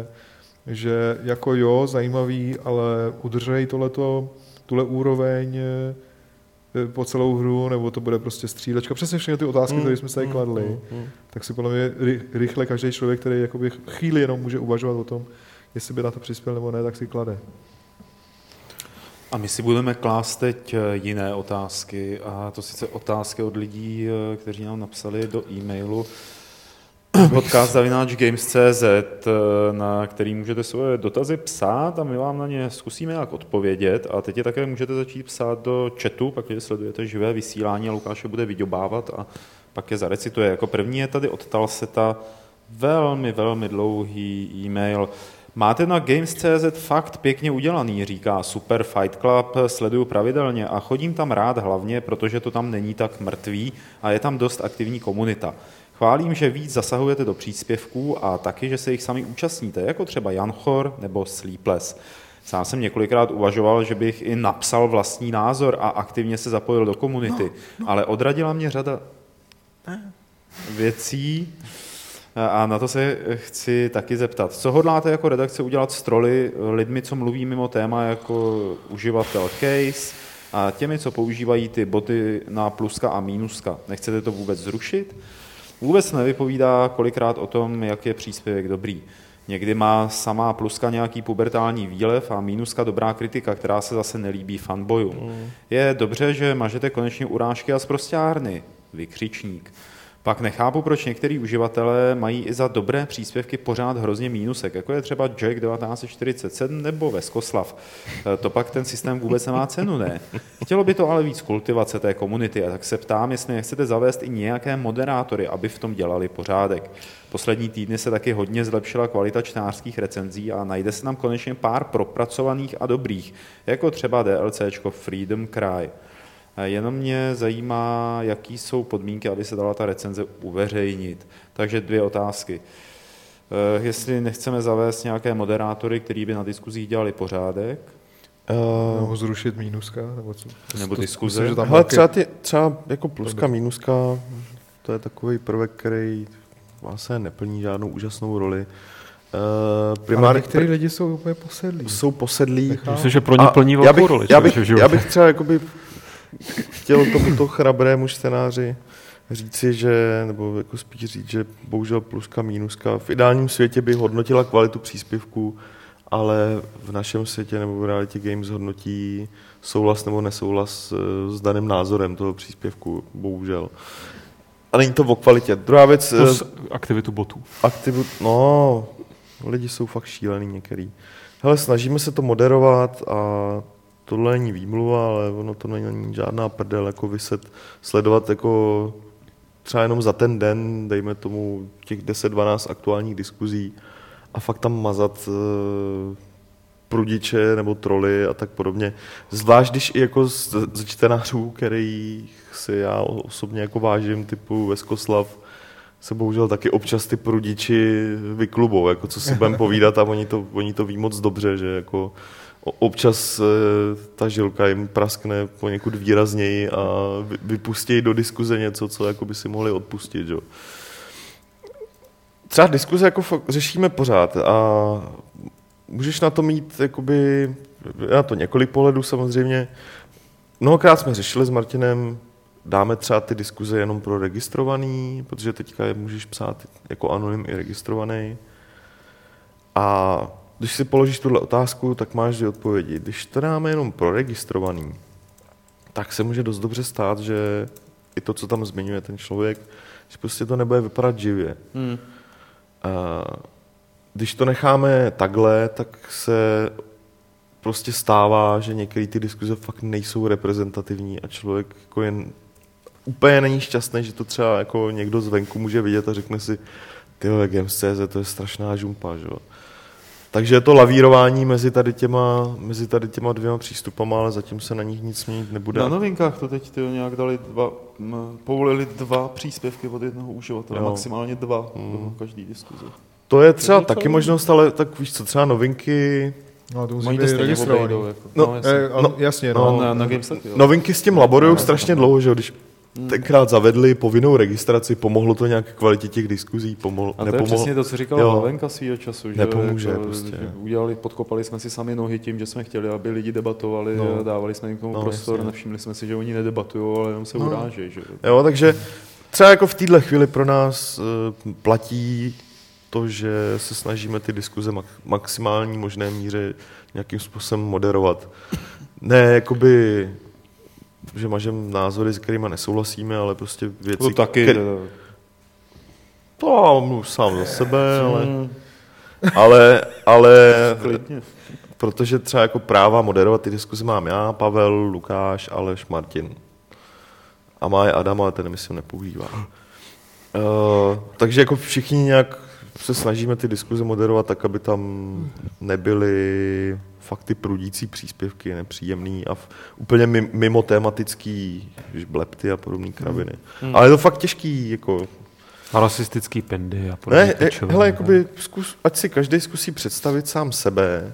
že jako jo, zajímavý, ale udržej tuhle úroveň po celou hru, nebo to bude prostě střílečka. Přesně všechny ty otázky, které jsme se tady kladli, tak si podle mě rychle každý člověk, který jakoby chvíli jenom může uvažovat o tom, jestli by na to přispěl nebo ne, tak si klade. A my si budeme klást teď jiné otázky, a to sice otázky od lidí, kteří nám napsali do e-mailu podcast@games.cz, na který můžete svoje dotazy psát a my vám na ně zkusíme jak odpovědět. A teď je také můžete začít psát do chatu, pak když sledujete živé vysílání a Lukáš je bude vyďobávat a pak je zarecituje. Jako první je tady od Talseta velmi, velmi dlouhý e-mail. Máte na Games.cz fakt pěkně udělaný, říká Super Fight Club, sleduju pravidelně a chodím tam rád hlavně, protože to tam není tak mrtvý a je tam dost aktivní komunita. Chválím, že víc zasahujete do příspěvků a taky, že se jich sami účastníte, jako třeba Janchor nebo Sleepless. Sám jsem několikrát uvažoval, že bych i napsal vlastní názor a aktivně se zapojil do komunity, ale odradila mě řada věcí. A na to se chci taky zeptat. Co hodláte jako redakce udělat s troly, lidmi, co mluví mimo téma jako uživatel Case a těmi, co používají ty boty na pluska a mínuska? Nechcete to vůbec zrušit? Vůbec nevypovídá kolikrát o tom, jak je příspěvek dobrý. Někdy má samá pluska nějaký pubertální výlev a mínuska dobrá kritika, která se zase nelíbí fanboyům. Je dobře, že mažete konečně urážky a sprosťárny. Vykřičník. Pak nechápu, proč některý uživatelé mají i za dobré příspěvky pořád hrozně mínusek, jako je třeba Jack 1947 nebo Veskoslav. To pak ten systém vůbec nemá cenu, ne? Chtělo by to ale víc kultivace té komunity, a tak se ptám, jestli nechcete zavést i nějaké moderátory, aby v tom dělali pořádek. Poslední týdny se taky hodně zlepšila kvalita čtenářských recenzí a najde se tam konečně pár propracovaných a dobrých, jako třeba DLCčko Freedom Cry. Jenom mě zajímá, jaký jsou podmínky, aby se dala ta recenze uveřejnit. Takže 2 otázky. Jestli nechceme zavést nějaké moderátory, který by na diskuzích dělali pořádek. Nebo zrušit mínuska, nebo co? Nebo diskuze. Myslím, hele, třeba jako pluska, mínuska, to je takový prvek, který vlastně neplní žádnou úžasnou roli. Ale některý lidi jsou úplně posedlí. Jsou posedlí. Myslím, že pro ně plní velkou roli. Já bych třeba jakoby chtěl tomuto chrabrému čtenáři říci, že, nebo jako spíš říct, že bohužel pluska, mínuska v ideálním světě by hodnotila kvalitu příspěvků, ale v našem světě nebo v Reality Games hodnotí souhlas nebo nesouhlas s daným názorem toho příspěvku, bohužel. A není to o kvalitě. Druhá věc... Plus aktivitu botů. No, lidi jsou fakt šílený některý. Hele, snažíme se to moderovat a tohle není výmluva, ale ono to není žádná prdel, jako vyset, sledovat jako třeba jenom za ten den, dejme tomu těch 10-12 aktuálních diskuzí a fakt tam mazat prudiče nebo troly a tak podobně. Zvlášť, když i jako z čtenářů, kterých si já osobně jako vážím, typu Veskoslav, se bohužel taky občas ty prudiči vyklubou, jako co si budeme povídat a oni to ví moc dobře, že jako občas ta žilka jim praskne poněkud výrazněji a vypustí do diskuze něco, co jako by si mohli odpustit. Jo. Třeba diskuze jako řešíme pořád a můžeš na to mít jakoby, na to několik pohledů samozřejmě. Mnohokrát jsme řešili s Martinem, dáme třeba ty diskuze jenom pro registrovaný, protože teďka je můžeš psát jako anonym i registrovaný. A když si položíš tuhle otázku, tak máš dvě odpovědi. Když to dáme jenom pro registrovaný, tak se může dost dobře stát, že i to, co tam zmiňuje ten člověk, že prostě to nebude vypadat živě. Když to necháme takhle, tak se prostě stává, že některé ty diskuze fakt nejsou reprezentativní a člověk jako jen úplně není šťastný, že to třeba jako někdo zvenku může vidět a řekne si, tyhle Games.cz, to je strašná žumpa, že jo. Takže je to lavírování mezi tady těma dvěma přístupama, ale zatím se na nich nic měnit nebude. Na novinkách to teď nějak dali povolili 2 příspěvky od jednoho uživatele, maximálně 2 do každý diskuze. To je třeba taky možnost, ale tak víš co, třeba novinky... No, to musí být registrovaný. Jasně. Na Games taky, novinky s tím laborujou strašně dlouho, že když tenkrát zavedli povinnou registraci, pomohlo to nějak kvalitě těch diskuzí, a to je přesně to, co říkala Lavenka svýho času, že, nepomůže, jako, prostě. Že podkopali jsme si sami nohy tím, že jsme chtěli, aby lidi debatovali, dávali jsme jim k tomu prostor, nevšimli jsme si, že oni nedebatují, ale jenom se urážejí. Že? Jo, takže třeba jako v téhle chvíli pro nás platí to, že se snažíme ty diskuze maximální možné míře nějakým způsobem moderovat. Ne jakoby, že mažem názory, s kterými nesouhlasíme, ale prostě věci... To taky. To mluv sám za sebe, ale protože třeba jako práva moderovat ty diskuze mám já, Pavel, Lukáš, Aleš, Martin. A má je Adam, ale ten myslím nepoužívá. Takže jako všichni nějak se snažíme ty diskuze moderovat tak, aby tam nebyly fakt ty prudící příspěvky, nepříjemný a úplně mimo tematický blepty a podobné kraviny. Ale je to fakt těžký, jako... A rasistický pendy a podobné. Hele, jakoby ať si každý zkusí představit sám sebe,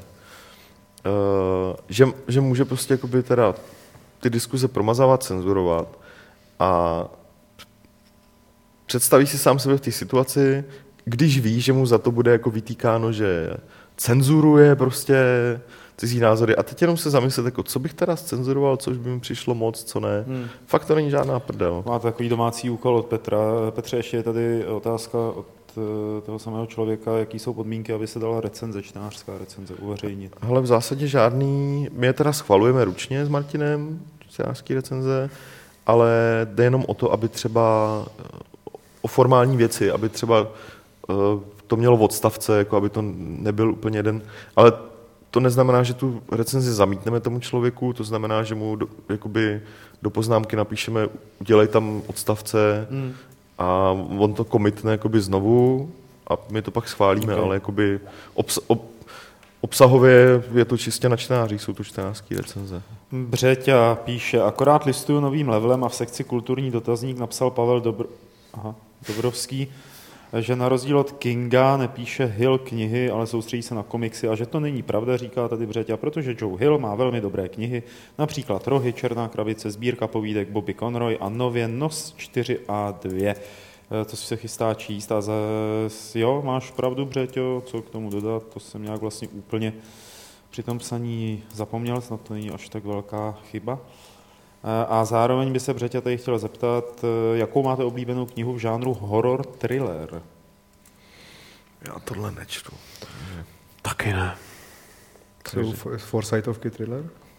že může prostě jakoby teda ty diskuze promazávat, cenzurovat a představí si sám sebe v té situaci, když ví, že mu za to bude jako vytýkáno, že cenzuruje prostě cizí názory. A teď jenom se zamyslet, jako, co bych teda zcenzuroval, což by mi přišlo moc, co ne. Fakt to není žádná prdel. Máte takový domácí úkol od Petra. Petře, ještě je tady otázka od toho samého člověka, jaký jsou podmínky, aby se dala recenze, čtenářská recenze uveřejnit. Hele, v zásadě žádný. My je teda schvalujeme ručně s Martinem, čtenářský recenze, ale jde jenom o to, aby třeba o formální věci, aby třeba to mělo odstavce, jako aby to nebyl úplně jeden, ale to neznamená, že tu recenzi zamítneme tomu člověku, to znamená, že mu do poznámky napíšeme, udělej tam odstavce a on to komitne jakoby znovu a my to pak schválíme, ale jakoby obsahově je to čistě na čtenářích, jsou to čtenářské recenze. Břeťa píše, akorát listuju novým levelem a v sekci kulturní dotazník napsal Pavel Dobrovský, že na rozdíl od Kinga nepíše Hill knihy, ale soustředí se na komiksy a že to není pravda, říká tady Břeťa, protože Joe Hill má velmi dobré knihy, například Rohy, Černá krabice, sbírka povídek Bobby Conroy a nově Nos 4A2. To se chystá číst a jo, máš pravdu, Břeťo, co k tomu dodat, to jsem nějak vlastně úplně při tom psaní zapomněl, snad to není až tak velká chyba. A zároveň by se Břeťa tady chtěla zeptat, jakou máte oblíbenou knihu v žánru horror thriller? Já tohle nečtu. Taky ne. Jsou Forsythovky thriller?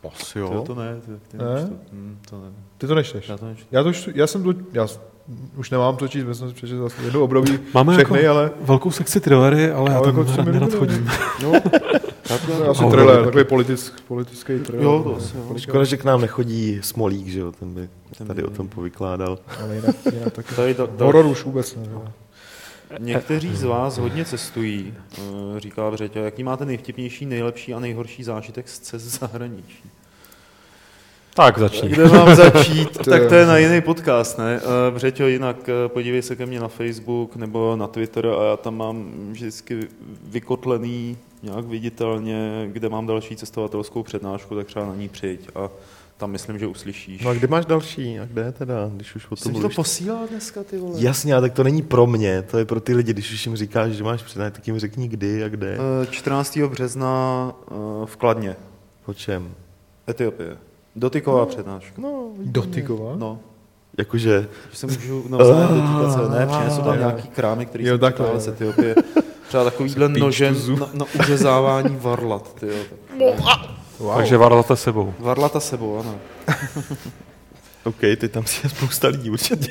Asi jo. To ne. To ne. Ty to nečteš? Já už nemám to číst, jsem si přečetl vlastně jednu období máme všechny, jako ale... velkou sekci thrillery, ale já tam jako nenadchodím. No, asi thriller, takový politický thriller. Jo, to asi jo. Škoda, že k nám nechodí Smolík, že jo, ten by tady o tom povykládal. Ale jinak taky. Horor už vůbec ne. Někteří z vás hodně cestují, říká Břeťa. Jaký máte nejvtipnější, nejlepší a nejhorší zážitek z cest v zahraničí? Tak začni. Kde mám začít? Tak to je na jiný podcast, ne? Břeťo, jinak podívej se ke mně na Facebook nebo na Twitter a já tam mám vždycky vykotlený nějak viditelně, kde mám další cestovatelskou přednášku, tak třeba na ní přijď a tam myslím, že uslyšíš. No a kde máš další? A kde teda, když už o tom mluvíš? Jsi to posílal dneska, ty vole? Jasně, ale tak to není pro mě, to je pro ty lidi, když už jim říkáš, že máš přednášku, tak jim řekni kdy a kde. 14. března v Kladně. Po čem? Etiopie. Dotyková přednáška. No, dotyková? No. Jakože... Že se můžu navzájem dotýkat se, ne, přinesu tam nějaký krámy, který jsem čekal z Etiopie. Třeba takovýhle nožem na uřezávání varlat, tyjo. Wow. Takže varlata sebou. Varlata sebou, ano. OK, teď tam si je spousta lidí určitě.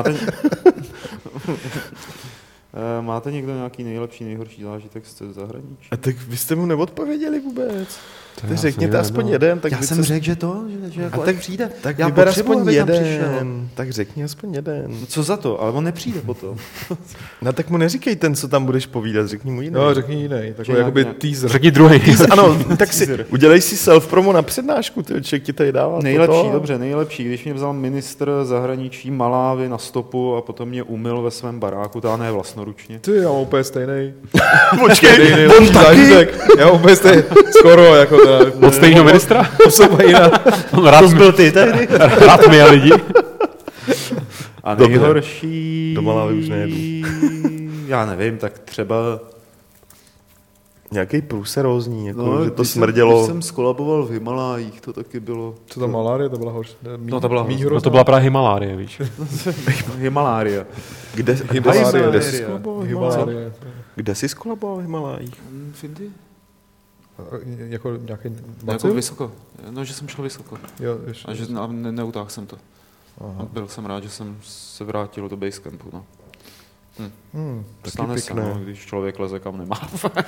Máte někdo nějaký nejlepší, nejhorší zážitek z zahraničí? A tak vy jste mu neodpověděli vůbec. Tak řekněte aspoň jeden. Tak já jsem řekl, že to, že jako tak přijde. Tak já vyber aspoň jeden. Tak řekni aspoň jeden. No co za to? Ale on nepřijde potom. No tak mu neříkej ten, co tam budeš povídat, řekni mu jiný. No, řekni jiný, takový jakoby teaser. Řekni druhý. Ano, tak si udělej si self-promo na přednášku, ty člověk ti tady dává. Nejlepší, dobře, nejlepší. Když mě vzal ministr zahraničí Malávy na stopu a potom mě umyl ve svém baráku, to ne vlastnoručně. Ty, já mám úplně stejný. Počkej, on taky? Já mám úplně stejný, skoro jako teda. Od stejného ministra? Osoba jiná. To byl ty tehdy? Rád mě lidi. A nejhorší... Do Malávy už nejedu. Já nevím, tak třeba... Nějaký průserózní, jako, no, že to smrdělo. Když jsem skolaboval v Himalájích, to taky bylo... Co ta malárie, to byla horší? To byla právě Himalárie, víš. Himalária. Kde jsi skolaboval v Himalájích? V Indii. Jako nějaký jako vysoko. No, že jsem šel vysoko. Jo, a že neutáhl jsem to. A byl jsem rád, že jsem se vrátil do basecampu. No. Stane se, no, když člověk leze kam nemá.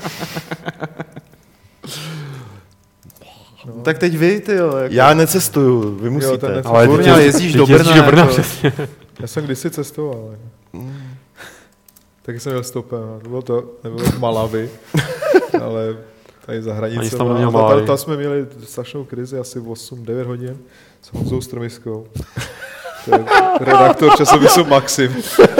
No. Tak teď vy, tyjo. Jako... Já necestuju, vy musíte. Ale ty jezdíš do Brna. Přesně. Já jsem kdysi cestoval. Taky jsem měl stopem. Nebylo v Malawi, ale tady za hranice. Tam jsme měli strašnou krizi, asi 8-9 hodin s Honzou Strmiskou. To je redaktor časopisu Maxim.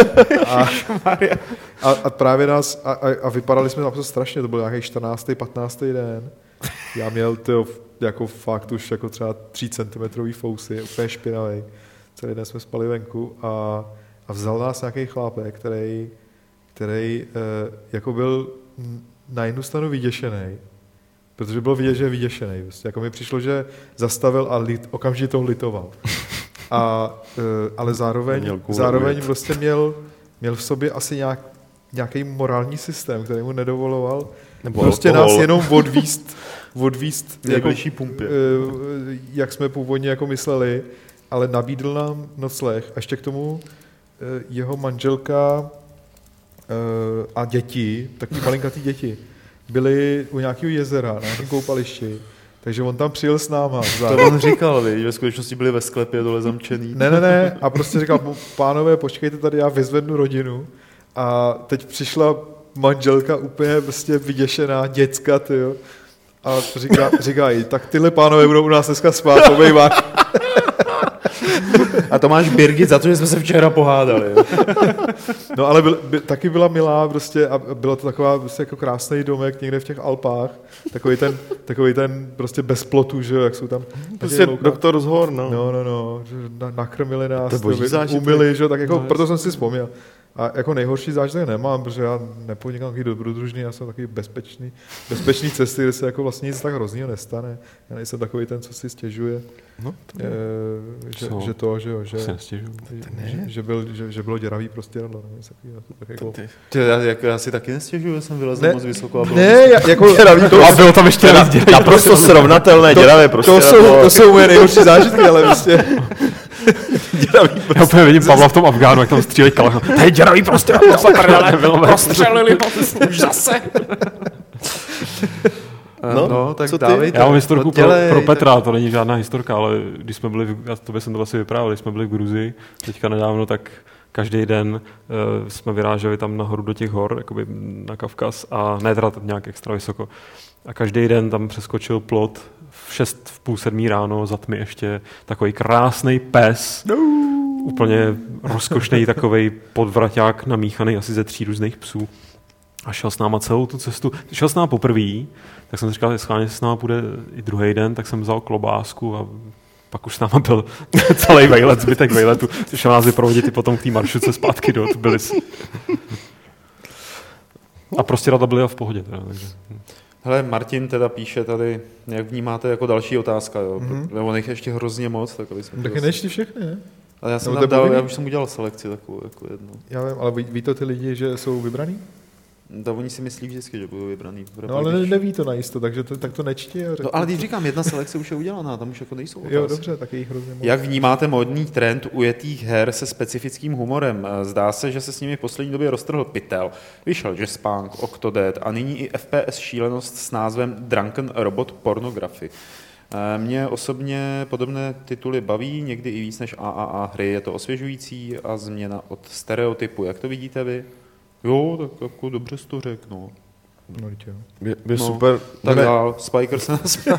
A právě nás, a vypadali jsme naprosto strašně, to byl nějaký 14. 15. den. Já měl to jako fakt už jako třeba 3 cm fousy, úplně špinavý. Celý den jsme spali venku a vzal nás nějaký chlápek, který jako byl na jednu stranu vyděšený, protože bylo vidět, že je vyděšený. Jako mi přišlo, že zastavil a okamžitě to litoval. Ale zároveň prostě měl v sobě asi nějaký morální systém, který mu nedovoloval prostě nás jenom odvíst nejbližší pumpě. Jak jsme původně jako mysleli, ale nabídl nám nocleh. A ještě k tomu jeho manželka a děti, taky malinkatý děti, byli u nějakého jezera na nějakém koupališti. Takže on tam přijel s náma. To on říkal, ve skutečnosti byli ve sklepě dole zamčený. Ne. A prostě říkal, pánové, počkejte tady, já vyzvednu rodinu. A teď přišla manželka úplně prostě vyděšená, děcka, tyjo. A říkají, tak tyhle pánové budou u nás dneska spát, obejvák. A to máš Birgit za to, že jsme se včera pohádali. No ale taky byla milá prostě a bylo to taková prostě jako krásný domek někde v těch Alpách. Takový ten prostě bez plotu, že jak jsou tam. Prostě doktor z hor, no. No, nakrmili nás, umyli, že tak jako, proto jsem si vzpomněl. A jako nejhorší zážitek nemám, protože já nepodnikám takový dobrodružný, já jsem takový bezpečný cesty, kde se jako vlastně nic tak hroznýho nestane. Já nejsem takový ten, co si stěžuje, No, že bylo děravý prostěradlo. Já si taky nestěžuju, jsem vylezl moc vysoko. A bylo tam ještě naprosto srovnatelné děravé prostěradlo. To jsou moje nejhorší zážitky, ale prostě... Já úplně vidím Pavla v tom Afgánu, jak tam střílejí kalach. To je děravý prostěradlo, prostřelili už zase. No, tak dávejte. Já mám historku pro Petra, to není žádná historka, ale když jsme byli, tobě jsem to asi vyprávěl, když jsme byli v Gruzii, teďka nedávno, tak každý den jsme vyráželi tam nahoru do těch hor, jakoby na Kavkaz, a ne teda nějak extra vysoko. A každý den tam přeskočil plot v půl 7 ráno, za tmy ještě, takový krásný pes, úplně rozkošný takovej podvraťák namíchaný asi ze 3 různých psů. A šel s náma celou tu cestu. Šel s náma poprvý, tak jsem říkal, že schválně s náma půjde i druhý den, tak jsem vzal klobásku a pak už s náma byl celý vejlet, zbytek vejletu. Šel nás vyprovodit i potom k té maršruce zpátky do Tbilisi. A prostě rada byly v pohodě. Teda, takže. Hele, Martin teda píše tady, jak vnímáte jako další otázka, jo? On jich ještě hrozně moc. Taky nečti všechny, ne? Ale já jsem tam dal, já už jsem udělal selekci takovou jako jednu. Já vím, ale ví to ty lidi, že jsou vybraný? To oni si myslí vždycky, že budou vybraný. No ale neví to najisto, takže tak to nečti. No ale když říkám, jedna selekce už je udělaná, tam už jako nejsou otázky. Jo, dobře, tak je jich hrozně moc. Jak vnímáte modní trend ujetých her se specifickým humorem? Zdá se, že se s nimi v poslední době roztrhl pytel. Vyšel Jazzpunk, Octodad a nyní i FPS šílenost s názvem Drunken Robot Pornography. Mě osobně podobné tituly baví, někdy i víc než AAA hry. Je to osvěžující a změna od stereotypu. Jak to vidíte vy? Jo, tak jako dobře jsi to řekl, no. Je super. Tak dál, Spiker se nasměl.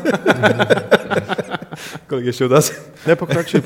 Kolik ještě otázek? Ne, pokračuj.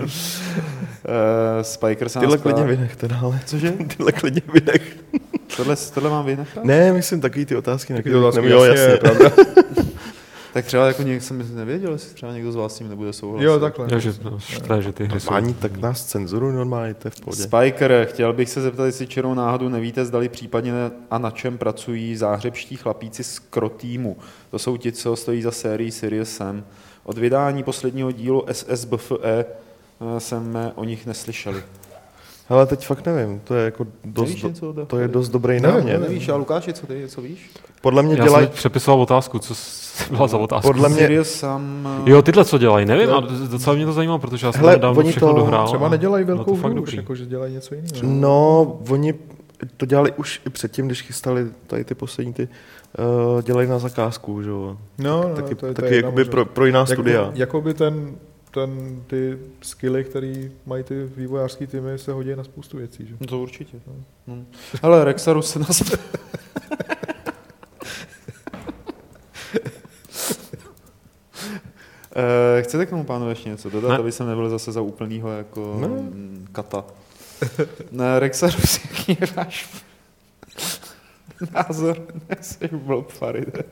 Spiker se Tyhle klidně vynechte dále. Cože? Tyhle klidně vynech. Tohle mám vynechat? Ne, myslím takový ty otázky. Jasně, pravda. Tak třeba jako někdo jsem nevěděl, jestli třeba někdo z vás s tím nebude souhlasit. Jo, takhle. Že ty hry jsou. Ani tak nás cenzuru normálně, to je v pohodě. Spiker, chtěl bych se zeptat, jestli čirou náhodou nevíte, zdali případně a na čem pracují záhřebští chlapíci z Krotýmu. To jsou ti, co stojí za sérií Serious Sam. Od vydání posledního dílu SSBFE jsme o nich neslyšeli. Hele, teď fakt nevím, to je jako dost dobrý námět. Nevíš, a Lukáši, co víš? Podle mě dělají... Já jsem přepisoval otázku, co byla za otázku. Podle mě... Jo, tyhle co dělají, nevím, a docela mě to zajímalo, protože já jsem nedávno všechno dohrál. Třeba nedělají velkou hru, jako, že dělají něco jiného. No, oni to dělali už i předtím, když chystali tady ty poslední dělají na zakázku, že jo. No, taky jakoby pro jiná studia. Jakoby ty skilly, které mají ty vývojářský týmy, se hodí na spoustu věcí, že? No to určitě. Hele, Rexarus se nás... Chcete k tomu, pánové, ještě něco dodat, aby jsem nebyl zase za úplnýho jako kata? Ne, Rexarus, jaký je váš názor? Nejseš blob Faride.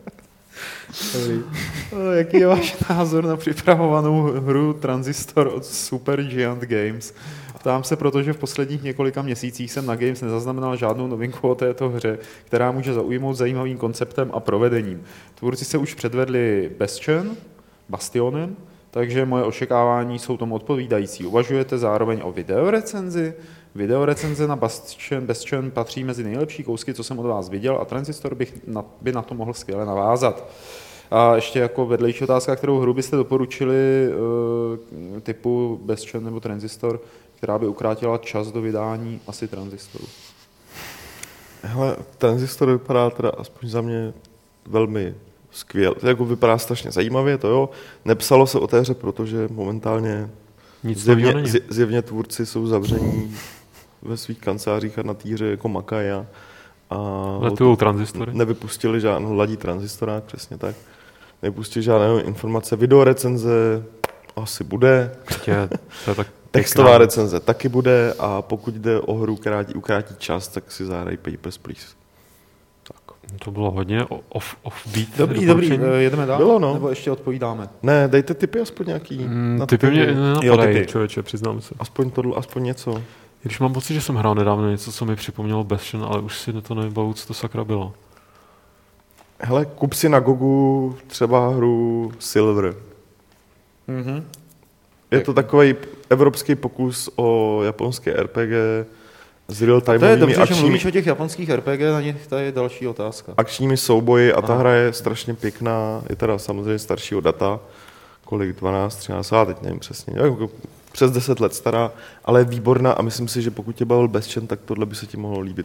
Jaký je váš názor na připravovanou hru Transistor od Super Giant Games? Ptám se, protože v posledních několika měsících jsem na Games nezaznamenal žádnou novinku o této hře, která může zaujmout zajímavým konceptem a provedením. Tvůrci se už předvedli Bastionem, takže moje očekávání jsou tomu odpovídající. Uvažujete zároveň o videorecenzi? Videorecenze na Bastion patří mezi nejlepší kousky, co jsem od vás viděl, a Transistor by na to mohl skvěle navázat. A ještě jako vedlejší otázka, kterou hru byste doporučili typu Bastion nebo Transistor, která by ukrátila čas do vydání, asi Transistoru. Hele, Transistor vypadá teda aspoň za mě velmi skvěle. To jako vypadá strašně zajímavě, to jo. Nepsalo se o té hře, protože momentálně zjevně tvůrci jsou zavření ve svých kancelářích a na té hře jako makají a letujou transistory. Nevypustili žádnou ladí tranzistorák, přesně tak. Nevypustili žádné informace. Videorecenze asi bude. Textová recenze taky bude, a pokud jde o hru, která ti ukrátí čas, tak si zahrají Papers, Please. Tak. To bylo hodně off-beat. Dobrý, jedeme dál? Bylo, no. Nebo ještě odpovídáme? Ne, dejte tipy aspoň nějaký. Tipy mě nenapadají, člověče, přiznám se. Aspoň něco. Když mám pocit, že jsem hrál nedávno něco, co mi připomnělo Bastion, ale už si to nevybavu, co to sakra bylo. Hele, kup si na Gogu třeba hru Silver. Mm-hmm. Je to takový evropský pokus o japonské RPG s real-timeovými To je dobře, akčními... že mluvíš o těch japonských RPG, na nich to je další otázka. Akčními souboji a ta hra je strašně pěkná, je teda samozřejmě staršího data, kolik, 12, 13, já teď nevím přesně, jako přes 10 let stará, ale je výborná a myslím si, že pokud tě bavil Bastion, tak tohle by se ti mohlo líbit.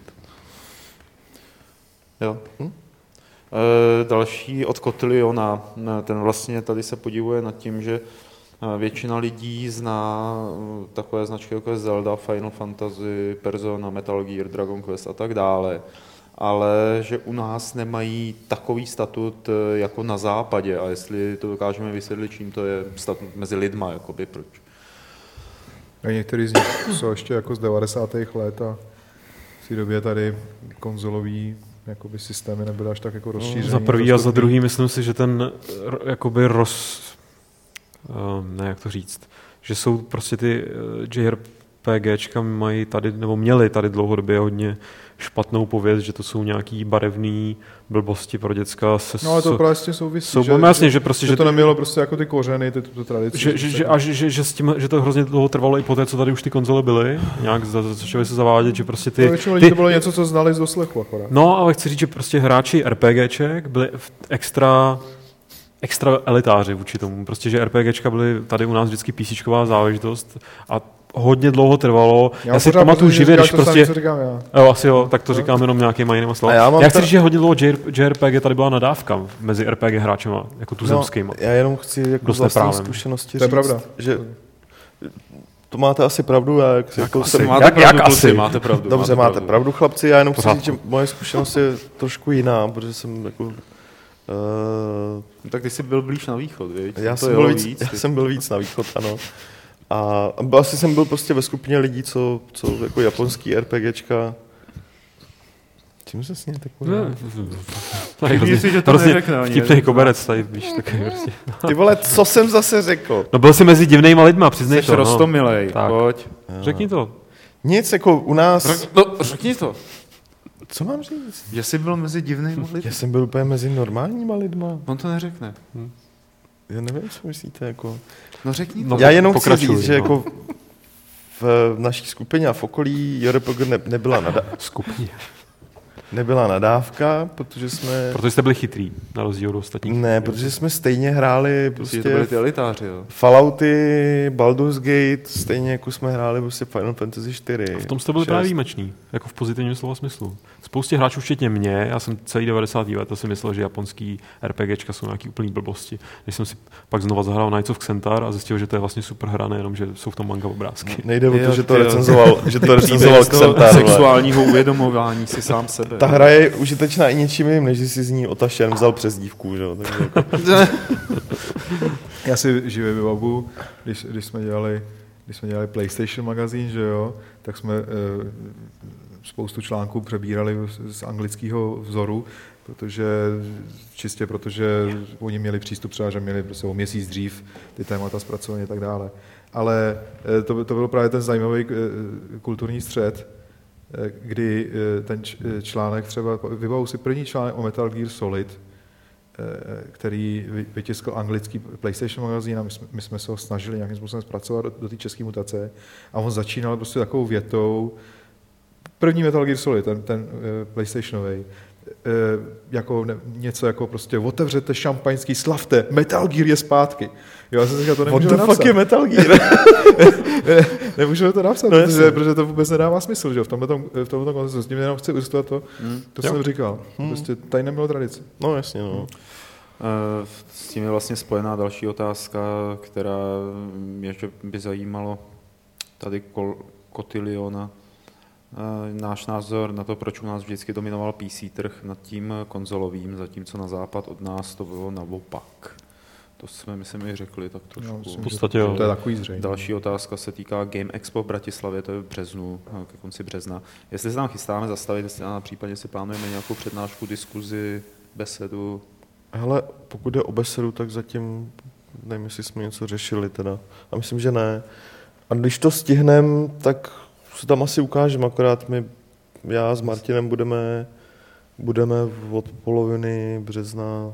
Jo. Další od Cotilliona, ten vlastně tady se podivuje nad tím, že většina lidí zná takové značky jako je Zelda, Final Fantasy, Persona, Metal Gear, Dragon Quest a tak dále, ale že u nás nemají takový statut jako na západě a jestli to dokážeme vysvětlit, čím to je statut mezi lidma, jakoby proč. A některý z nich jsou ještě jako z 90. let a v té době tady konzolový jakoby systémy nebyly až tak jako rozšířený. Za prvý a za druhý myslím si, že ten jakoby ne, jak to říct, že jsou prostě ty JRPGčka mají tady, nebo měli tady dlouhodobě hodně špatnou pověst, že to jsou nějaký barevný blbosti pro děcka. No ale to prostě souvisí, že to nemělo prostě jako ty kořeny, ty tradice. Že to hrozně dlouho trvalo i po té, co tady už ty konzole byly, nějak začaly se zavádět, že prostě ty... Většinou lidí to bylo něco, co znali z doslechu akorát. No, ale chci říct, že prostě hráči RPGček byli extra elitáři vůči tomu. Prostě, že RPGčka byly tady u nás vždycky PCčková záležitost a hodně dlouho trvalo. Já si pamatuju živě, když prostě... Jo, asi jo, tak to říkám jenom nějakýma jinýma slovy. Já chci říct, že hodně dlouho JRPG tady byla nadávka mezi RPG hráčema, jako tuzemskýma. Já jenom chci jako z vlastní zkušenosti říct, pravda. Že to máte asi pravdu. Máte pravdu. Dobře, máte pravdu, chlapci. Já jenom chci říct, že moje zkušenost je trošku jiná, protože jsem jako... Tak ty jsi byl blíž na východ, viď? Já jsem byl víc na východ, ano. A asi jsem byl prostě ve skupině lidí, co jako japonský RPGčka. Čím se s ním tak hrozně vtipnej koberec tady, víš, takový prostě. Ty vole, co jsem zase řekl? No byl jsi mezi divnejma lidma, přiznej to. Jsi roztomilej, pojď. Řekni to. Nic, jako u nás... Řekni to. Co mám říct? Že jsi byl mezi divnýma lidmi. Já jsem byl úplně mezi normálníma lidma. On to neřekne. Já nevím, co myslíte, jako... No řekni to. No, já jenom chci říct, že jako v naší skupině a v okolí JRPG nebyla nadávka, protože jste byli chytrý, na rozdíl od ostatních. Ne, protože jsme stejně hráli prostě to byli ty elitáři, jo. Fallouty, Baldur's Gate, stejně jako jsme hráli prostě Final Fantasy 4. A v tom jste byli právě výjimeční, jako v pozitivním slova smyslu. Spoustě hráčů, včetně mě, já jsem celý 90. let si myslel, že japonský RPGčka jsou nějaký úplný blbosti. Když jsem si pak znova zahrál Knights of Xentar a zjistil, že to je vlastně super hra, nejenom, že jsou v tom manga obrázky. Nejde o to, že to recenzoval Xentar. Sexuálního uvědomování si sám sebe. Ta hra je užitečná i něčím jiným, než si z ní Otašen vzal přes dívku, že jo. Já si živě vybavu, když jsme dělali PlayStation magazín, že jo, tak jsme spoustu článků přebírali z anglického vzoru, protože oni měli přístup třeba, že měli prostě o měsíc dřív ty témata zpracované a tak dále. Ale to byl právě ten zajímavý kulturní střed, kdy ten článek třeba, vybavu si první článek o Metal Gear Solid, který vytiskl anglický PlayStation magazín a my jsme se ho snažili nějakým způsobem zpracovat do té české mutace a on začínal prostě takovou větou, první Metal Gear Solid, ten PlayStationový, jako něco jako prostě otevřete šampaňský, slavte, Metal Gear je zpátky. Jo, já jsem si říkal, to nemůžeme napsat. What the fuck je Metal Gear? Nemůžeme to napsat, protože to vůbec nedává smysl, že? V tomto kontextu s tím jenom chci ilustrovat to jsem říkal. Prostě tady nemělo tradici. No jasně, no. S tím je vlastně spojená další otázka, která mě by zajímalo tady Cotilliona. Náš názor na to, proč u nás vždycky dominoval PC trh nad tím konzolovým, zatímco na západ od nás to bylo naopak. To jsme, myslím, i řekli tak trošku. No, myslím, v podstatě jo. To je takový zřejmě. Další otázka se týká Game Expo v Bratislavě, to je v březnu, ke konci března. Jestli se tam chystáme zastavit, jestli na případě si plánujeme nějakou přednášku, diskuzi, besedu? Hele, pokud jde o besedu, tak zatím nevím, jestli jsme něco řešili teda. A myslím, že ne. A když to stihneme, tak se tam asi ukážeme, akorát já s Martinem budeme od poloviny března.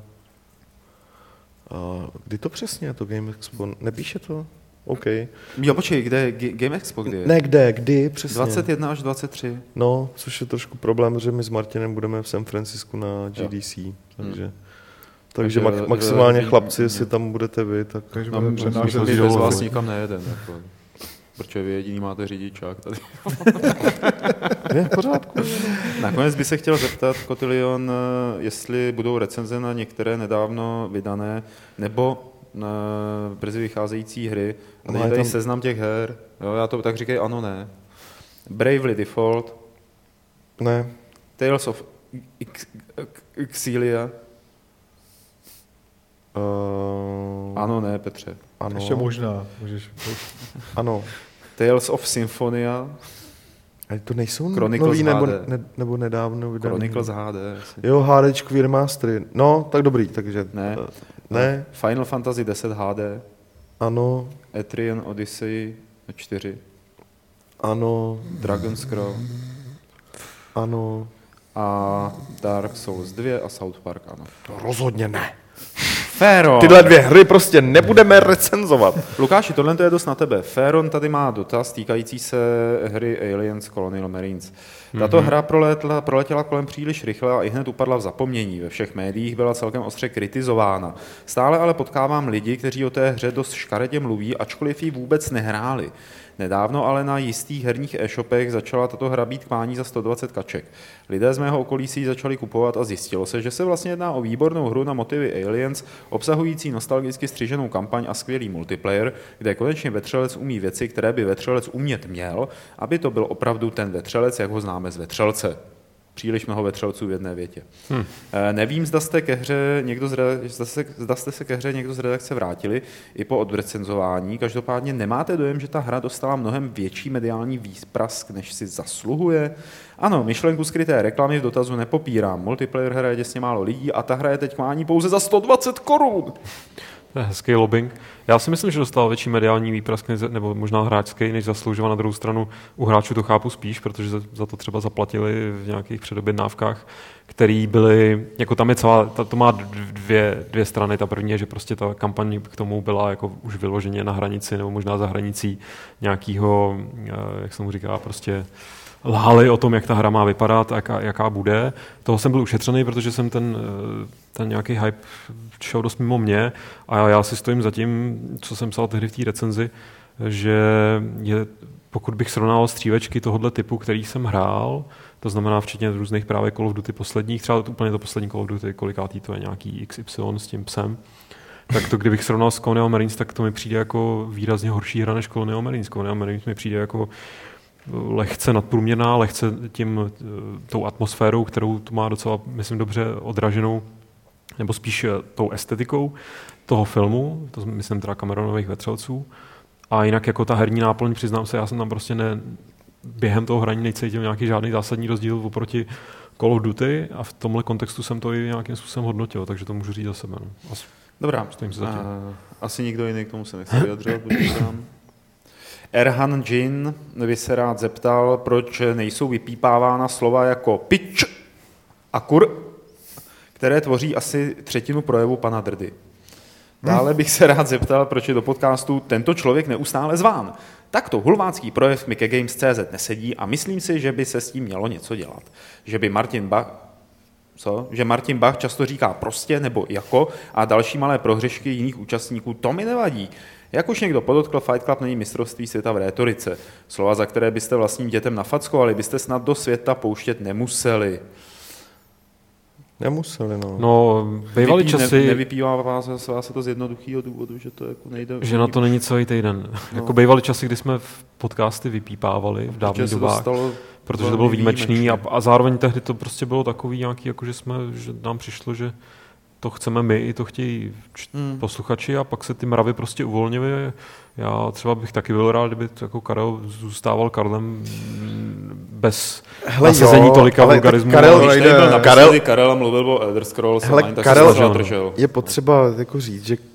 A kdy to přesně je to Game Expo? Nepíše to? OK. Jo, počkej, kde je Game Expo? Kdy je? Ne, kdy přesně? 21 až 23. No, což je trošku problém, že my s Martinem budeme v San Francisku na GDC, takže maximálně chlapci, jestli tam budete vy, tak... Takže my bez vás nikam nejedeme. Jako. Protože vy jediný máte řidičák tady. Je, v pořádku. Nakonec bych se chtěl zeptat, Kotylion, jestli budou recenze na některé nedávno vydané, nebo na brzy vycházející hry. A teď tady seznam těch her. Jo, já to tak říkej ano, ne. Bravely Default. Ne. Tales of Xillia. Ano, ne, Petře. Ano. Ještě možná. Ano. Tales of Symphonia. Ale to nejsou Chronicles nový HD. nebo nedávno vydaný. Chronicles HD. Jo, HDčkový remastery. No, tak dobrý, takže... Ne. Final Fantasy 10 HD. Ano. Etrian Odyssey 4. Ano. Dragon Scroll. Ano. A Dark Souls 2 a South Park, ano. To rozhodně ne. Féron. Tyhle dvě hry prostě nebudeme recenzovat. Lukáši, tohle je dost na tebe. Féron tady má dotaz týkající se hry Aliens Colonial Marines. Tato hra proletěla kolem příliš rychle a ihned upadla v zapomnění. Ve všech médiích byla celkem ostře kritizována. Stále ale potkávám lidi, kteří o té hře dost škaredě mluví, ačkoliv ji vůbec nehráli. Nedávno ale na jistých herních e-shopech začala tato hra být k mání za 120 kaček. Lidé z mého okolí si ji začali kupovat a zjistilo se, že se vlastně jedná o výbornou hru na motivy Aliens, obsahující nostalgicky střiženou kampaň a skvělý multiplayer, kde konečně vetřelec umí věci, které by vetřelec umět měl, aby to byl opravdu ten vetřelec, jak ho známe z Vetřelce. Příliš mnoho vetřelců v jedné větě. Nevím, zda jste se ke hře někdo z redakce vrátili i po odrecenzování. Každopádně nemáte dojem, že ta hra dostala mnohem větší mediální výprask, než si zasluhuje? Ano, myšlenku skryté reklamy v dotazu nepopírám. Multiplayer hraje děsně málo lidí a ta hra je teď k mání pouze za 120 korun. To je hezký lobbying. Já si myslím, že dostal větší mediální výprask, nebo možná hráčský, než zasloužila. Na druhou stranu u hráčů to chápu spíš, protože za to třeba zaplatili v nějakých předobjednávkách, který byly, jako tam je celá, to má dvě strany. Ta první je, že prostě ta kampaň k tomu byla jako už vyloženě na hranici, nebo možná za hranicí nějakého, jak se mu říká, prostě lhali o tom, jak ta hra má vypadat, jaká bude. Toho jsem byl ušetřený, protože jsem ten nějaký hype šel dost mimo mě a já si stojím za tím, co jsem psal tehdy v té recenzi, že pokud bych srovnal střívečky tohoto typu, který jsem hrál, to znamená včetně různých právě Call of Duty posledních, třeba úplně to poslední Call of Duty, kolikátý to je nějaký XY s tím psem, tak to kdybych srovnal s Colonial Marines, tak to mi přijde jako výrazně horší hra než Colonial Marines. Colonial Marines mi přijde jako lehce nadprůměrná, lehce tou atmosférou, kterou tu má docela, myslím, dobře odraženou, nebo spíš tou estetikou toho filmu, to myslím teda Cameronových vetřelců. A jinak jako ta herní náplň, přiznám se, já jsem tam prostě během toho hraní necítil nějaký žádný zásadní rozdíl oproti Call of Duty a v tomhle kontextu jsem to i nějakým způsobem hodnotil, takže to můžu říct za sebe. No. Dobrá, asi nikdo jiný k tomu se nechce vyjadřovat, Erhan Jin by se rád zeptal, proč nejsou vypípávána slova jako pič a kur, které tvoří asi třetinu projevu pana Drdy. Dále bych se rád zeptal, proč je do podcastu tento člověk neustále zván. Takto hulvácký projev mi ke Games.cz nesedí a myslím si, že by se s tím mělo něco dělat. Že Martin Bach často říká prostě nebo jako a další malé prohřešky jiných účastníků, to mi nevadí. Jak už někdo podotkl, Fight Club není mistrovství světa v rétorice. Slova, za které byste vlastním dětem nafackovali, byste snad do světa pouštět nemuseli. Nemuseli, no. No, bývaly časy... Nevypívá se to z jednoduchého důvodu, že to jako nejde... Že na to není celý týden. No. Jako bývaly časy, kdy jsme v podcasty vypípávali v dávných dobách, protože to bylo výjimečný a zároveň tehdy to prostě bylo takový nějaký, jako že nám přišlo, že to chceme my, i to chtějí posluchači a pak se ty mravy prostě uvolnily. Já třeba bych taky byl rád, kdyby jako Karel zůstával Karlem bez nasazení tolika vulgarismů. Karel mluvil o Elder Scrolls. Karel je potřeba jako říct, že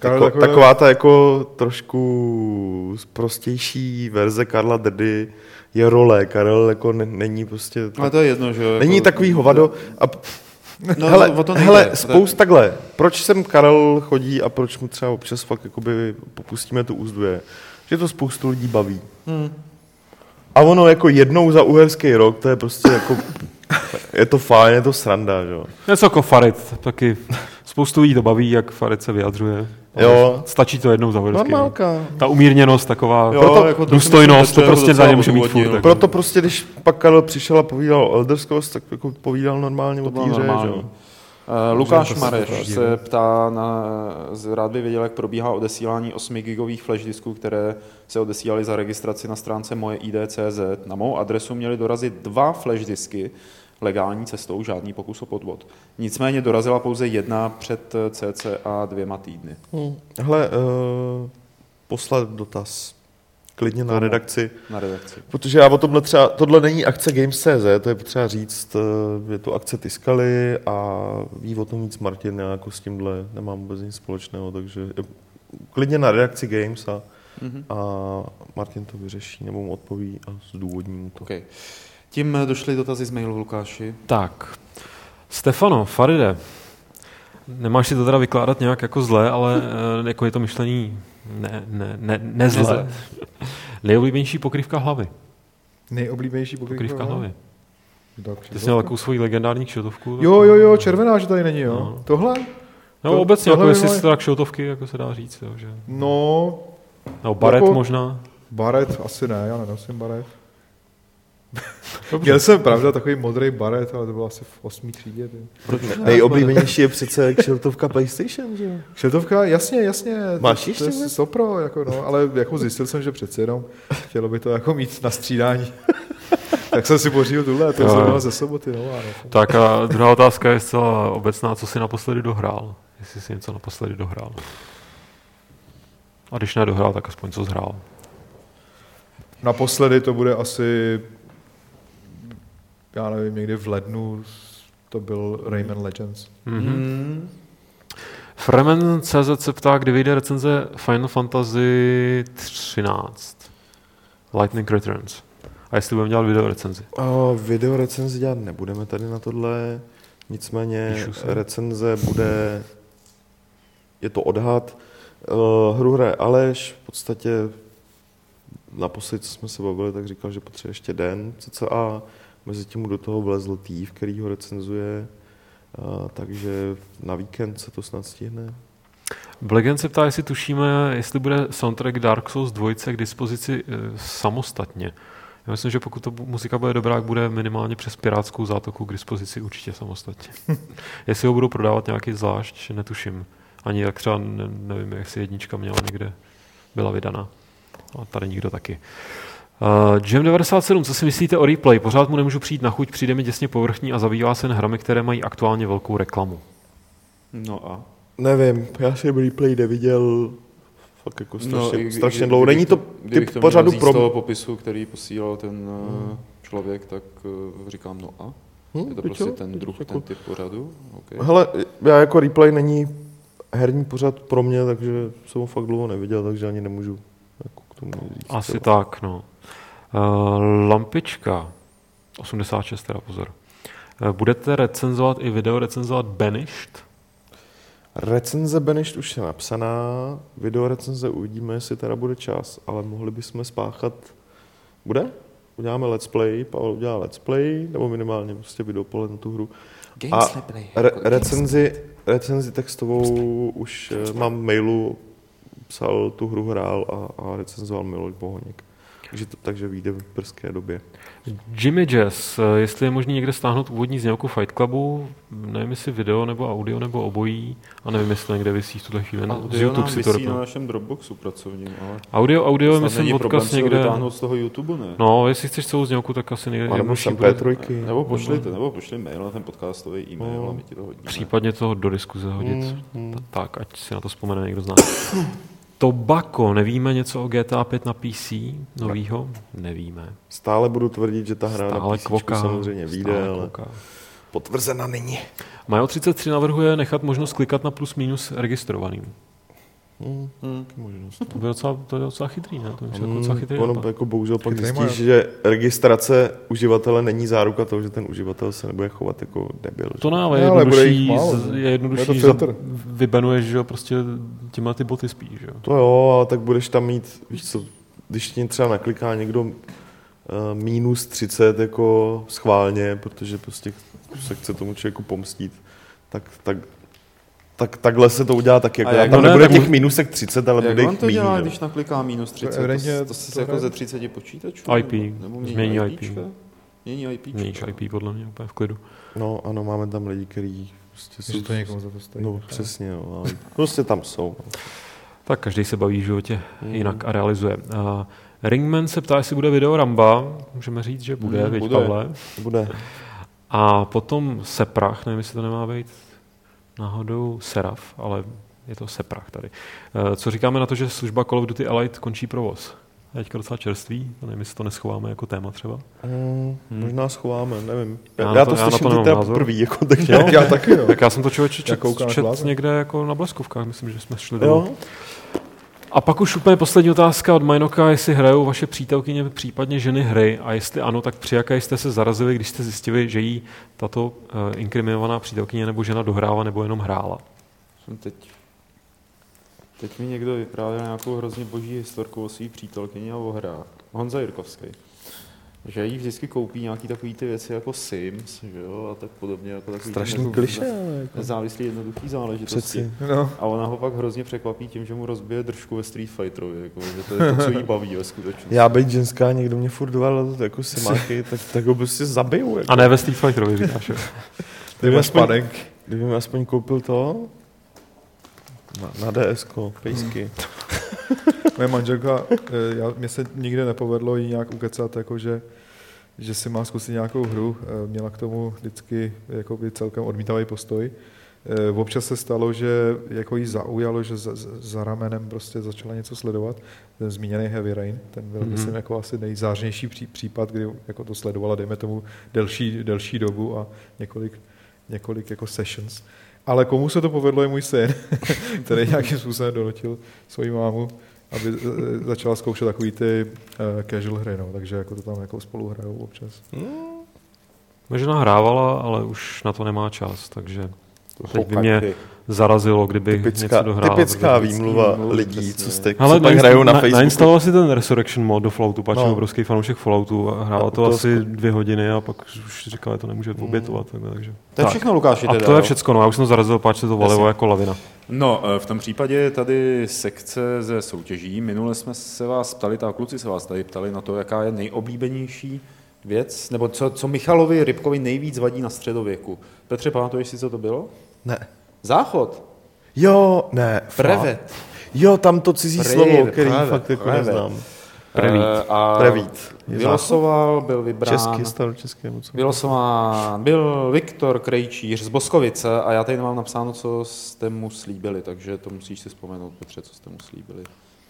Taková ta jako trošku prostější verze Karla Drdy je role. Karel jako není prostě... Ale to je jedno, že jo? Není jako, takový hovado. A no, hele, takhle. Proč sem Karel chodí a proč mu třeba občas fakt jakoby popustíme tu úzdu je, že to spoustu lidí baví. A ono jako jednou za uherský rok, to je prostě jako... Je to fajn, je to sranda, že jo. Něco jako Farid, taky spoustu lidí to baví, jak Farid se vyjadřuje. Jo. Stačí to jednou za uherský rok. Normálka. Ta umírněnost taková, Proto jako důstojnost, to prostě za ně může být furt. Tak. Proto prostě, když pak Karel přišel a povídal o Elder Scrolls, tak jako povídal normálně o té hře, že jo. Lukáš Mareš se ptá, rád by věděl, jak probíhá odesílání 8 gigových flash disků, které se odesílaly za registraci na stránce moje ID.cz. Na mou adresu měly dorazit 2 flash disky legální cestou, žádný pokus o podvod. Nicméně dorazila pouze 1 před cca 2 týdny. Hele, poslat dotaz. Klidně na redakci. Na redakci. Protože já o tomhle třeba, tohle není akce Games.cz, to je potřeba říct, je to akce Tiskaly a ví o tom víc Martin, já jako s tímhle nemám vůbec nic společného, takže klidně na redakci Games a Martin to vyřeší, nebo mu odpoví a zdůvodní mu to. Okay. Tím došly dotazy z mailu, Lukáši. Tak, Stefano, Faride, nemáš si to teda vykládat nějak jako zlé, ale jako je to myšlení ne zlé. Nejoblíbenější pokrývka hlavy. Nejoblíbenější pokrývka hlavy. Ty jsi měl takovou svoji legendární kšotovku. Jo, červená, že tady není, jo. No. Tohle? No obecně, jako jestli jsi teda kšotovky, jako se dá říct, jo, že... No... No baret jako, možná. Baret asi ne, já nenosím baret. Měl jsem, pravda, takový modrý baret, ale to bylo asi v 8. třídě. Nejoblíbenější je přece kšiltovka PlayStation, že jo? Kšiltovka, jasně. Máš ještě? To je Sopro, jako no, ale jako zjistil jsem, že přece jenom chtělo by to jako mít na střídání. Tak jsem si pořídil tuhle a to jsem byla ze soboty. No. Tak a druhá otázka je zcela obecná, co jsi naposledy dohrál? Jestli jsi něco naposledy dohrál. A když nedohrál, tak aspoň co zhrál. Naposledy to bude asi, já nevím, někdy v lednu to byl Rayman Legends. Fremen.cz se ptá, kdy vyjde recenze Final Fantasy 13. Lightning Returns. A jestli budeme dělat videorecenzi. Videorecenzi dělat nebudeme tady na tohle. Nicméně recenze bude, je to odhad. Hru hraje Aleš, v podstatě naposledy, co jsme se bavili, tak říkal, že potřebuje ještě den cca. Mezi tím do toho vlezl Týv, který ho recenzuje, takže na víkend se to snad stihne. Blagen se ptá, jestli tušíme, jestli bude soundtrack Dark Souls 2 k dispozici samostatně. Já myslím, že pokud ta muzika bude dobrá, tak bude minimálně přes Pirátskou zátoku k dispozici určitě samostatně. Jestli ho budou prodávat nějaký zvlášť, netuším. Ani jak třeba nevím, jak si jednička měla někde byla vydaná. A tady nikdo taky. Jam 97, co si myslíte o Replay? Pořád mu nemůžu přijít na chuť, přijde mi děsně povrchní a zabývá se jen hrami, které mají aktuálně velkou reklamu. No a? Nevím, já jsem Replay neviděl fakt jako strašně dlouho. Není to typ pořadu pro... z toho popisu, který posílal ten člověk, tak říkám no a? Je to prostě ten druh, jako... ten typ pořadu? Okay. Hele, já jako Replay není herní pořad pro mě, takže jsem ho fakt dlouho neviděl, takže ani nemůžu jako k tomu říct. Asi tak, no. Lampička, 86 teda, pozor. Budete recenzovat i video recenzovat Banished? Recenze Banished už je napsaná, video recenze uvidíme, jestli teda bude čas, ale mohli bychom spáchat... Bude? Uděláme let's play, Pavel udělá let's play, nebo minimálně prostě videopole na tu hru. A recenzi textovou už mám mailu, psal tu hru, hrál a recenzoval Miloš Bohoněk. Takže vyjde v brzké době. Jimmy Jazz, jestli je možné někde stáhnout úvodní znělku Fight Clubu, nevím jestli video nebo audio nebo obojí, a nevím jestli někde vysí v tuhle chvíli. Audio nám vysí na našem Dropboxu pracovním, ale... Audio myslím odkaz někde... vytáhnout z toho YouTube, ne? No, jestli chceš celou znělku, tak asi někde... Nebo pošli mail na ten podcastový e-mail a my ti to hodíme. Případně toho do diskuze hodit. Tak, ať si na to vzpomene někdo z nás. Tobacco, nevíme něco o GTA 5 na PC novýho? Nevíme. Stále budu tvrdit, že ta hra na PC samozřejmě vyjde, ale potvrzena není. Majo 33 navrhuje nechat možnost klikat na plus minus registrovaným. Možnost. To je docela chytrý, ne? To je docela chytrý. Ono jako bohužel pak zjistíš, že registrace uživatele není záruka toho, že ten uživatel se nebude chovat jako debil. To ne, ale je jednodušší vybanuješ, že jo, prostě těma ty boty spíš, že jo. To jo, ale tak budeš tam mít, víš co, když ti třeba nakliká někdo minus 30 jako schválně, protože prostě se chce tomu člověku pomstít, tak takhle se to udělá taky. Jako tam nebude těch minusek 30, ale bude jich on to míň, dělá, když nakliká minus 30? To se jako ze 30 počítačů? IP. Změní IP. Mění IP. Měníš IP podle mě úplně v klidu. No ano, máme tam lidi, kteří prostě jsou... to někomu za to stojí. No přesně, no, prostě tam jsou. Tak každý se baví v životě jinak a realizuje. Ringman se ptá, jestli bude video Ramba. Můžeme říct, že bude, viď Pavle? Bude. A potom Seprach, nevím, jestli to nemá být náhodou Seraf, ale je to Seprach tady. Co říkáme na to, že služba Call of Duty Elite končí provoz? Je teďka docela čerstvý, nevím, jestli to neschováme jako téma třeba. Možná schováme, nevím. Já to slyším poprvé, jako, takže já taky, jo. Tak já jsem to člověče čet někde jako na bleskovkách, myslím, že jsme šli dolů. A pak už úplně poslední otázka od Majnoka, jestli hrajou vaše přítelkyně, případně ženy hry a jestli ano, tak při jaké jste se zarazili, když jste zjistili, že jí tato inkriminovaná přítelkyně nebo žena dohrála nebo jenom hrála. Teď mi někdo vyprávěl nějakou hrozně boží historku o svý přítelkyni a o hrách. Honza Jirkovský. Že jí vždycky koupí nějaký takový ty věci jako Sims, že jo, a tak podobně. Jako takový strašný klišé, jako nezávislý jednoduchý záležitosti. No. A ona ho pak hrozně překvapí tím, že mu rozbije držku ve Street Fighterovi, jako, že to je to, co jí baví ve skutečnosti. Já být ženská, někdo mě furt doval jako simáky, tak ho prostě zabiju. Jako. A ne ve Street Fighterovi, říkáš, jo. Kdyby mi aspoň koupil to na DSko, pejsky. Moje manželka, mě se nikdy nepovedlo jí nějak ukecat, jako že si má zkusit nějakou hru. Měla k tomu vždycky jako by celkem odmítavý postoj. Občas se stalo, že jako jí zaujalo, že za ramenem prostě začala něco sledovat. Ten zmíněný Heavy Rain, ten byl myslím jako asi nejzářnější případ, kdy jako to sledovala, dejme tomu, delší dobu a několik jako sessions. Ale komu se to povedlo, je můj syn, který nějakým způsobem donutil svoji mámu, aby začala zkoušet takový ty casual hry, no. Takže jako to tam jako spolu hrajou občas. Možná hrávala, ale už na to nemá čas, takže teď by mě zarazilo, kdyby něco dohrála. Typická výmluva lidí, co pak hrajou na Facebooku. Nainstaloval si ten Resurrection mod do Falloutu, páč obrovský fanoušek Falloutu a hrála to asi 2 hodiny a pak už říkala, že to nemůže obětovat. Takže. To je všechno, Lukáši. A to je všecko, no. Já už jsem to zarazil, páč se to valilo jako lavina. No, v tom případě tady sekce ze soutěží. Minule jsme se vás ptali, kluci se vás tady ptali na to, jaká je nejoblíbenější věc, nebo co Michalovi Rybkovi nejvíc vadí na středověku. Petře, pamatuješ si, co to bylo? Ne. Záchod. Jo, ne. Prevet. Jo, tam to cizí slovo, který fakt jako neznám. Prevít. Vylosoval, byl vybrán. Český, staročeský. Vylosován byl Viktor Krejčíř z Boskovice a já tady nemám napsáno, co jste mu slíbili, takže to musíš si vzpomenout, Petře, co jste mu slíbili.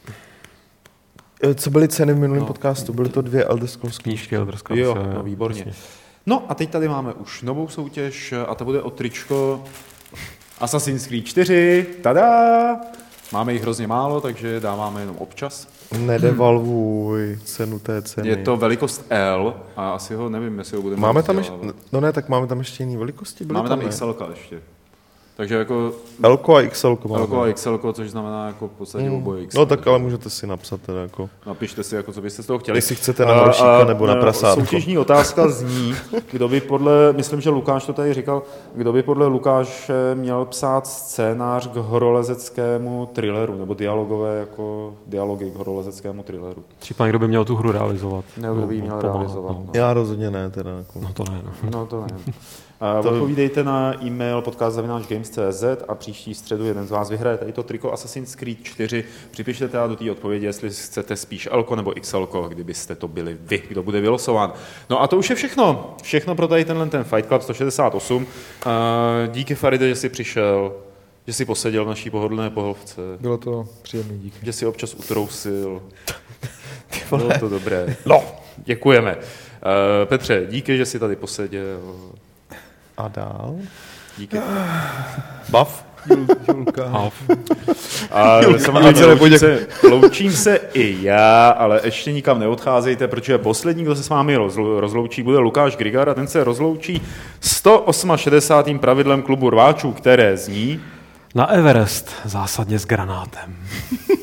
Co byly ceny v minulém podcastu? Byly to 2 Elder Scrolls knížky Elder Scrolls. Jo, no, výborně. Jasně. No a teď tady máme už novou soutěž a to bude o tričko Assassin's Creed 4. Tada! Máme jich hrozně málo, takže dáváme jenom občas. Nedevalvuj cenu té ceny. Je to velikost L a asi ho nevím, jestli ho budeme máme tam ještě, tak máme tam ještě jiný velikosti. Máme tam XL-ka ještě. Takže jako L-ko a XL-ko. L-ko a XL-ko, což znamená jako v podstatě oboje XL. No tak ale můžete si napsat teda jako. Napište si, jako co byste z toho chtěli. Jestli chcete na hrošíka nebo na prasátko. Soutěžní otázka zní, kdo by myslím, že Lukáš to tady říkal, kdo by podle Lukáše měl psát scénář k horolezeckému thrilleru, nebo dialogy k horolezeckému thrilleru. Případně kdo by měl tu hru realizovat. Kdo by ji měl realizovat. No. Já rozhodně ne teda. Jako. No to ne. No to ne. Odpovídejte na e-mail podcast@games.cz a příští středu jeden z vás vyhraje tady to triko Assassin's Creed 4. Připište teda do té odpovědi, jestli chcete spíš L-ko nebo XL-ko, kdybyste to byli vy, kdo bude vylosován. No a to už je všechno. Všechno pro tady ten Fight Club 168. Díky Faride, že jsi přišel, že jsi poseděl v naší pohodlné pohovce. Bylo to příjemný, díky. Že jsi občas utrousil. Bylo to dobré. No, děkujeme. Petře, díky, že jsi tady poseděl. A dál? Díky. Bav. Julka. A samozřejmě loučím se i já, ale ještě nikam neodcházejte, protože poslední, kdo se s vámi rozloučí, bude Lukáš Grigar a ten se rozloučí 168. pravidlem klubu rváčů, které zní: Na Everest zásadně s granátem.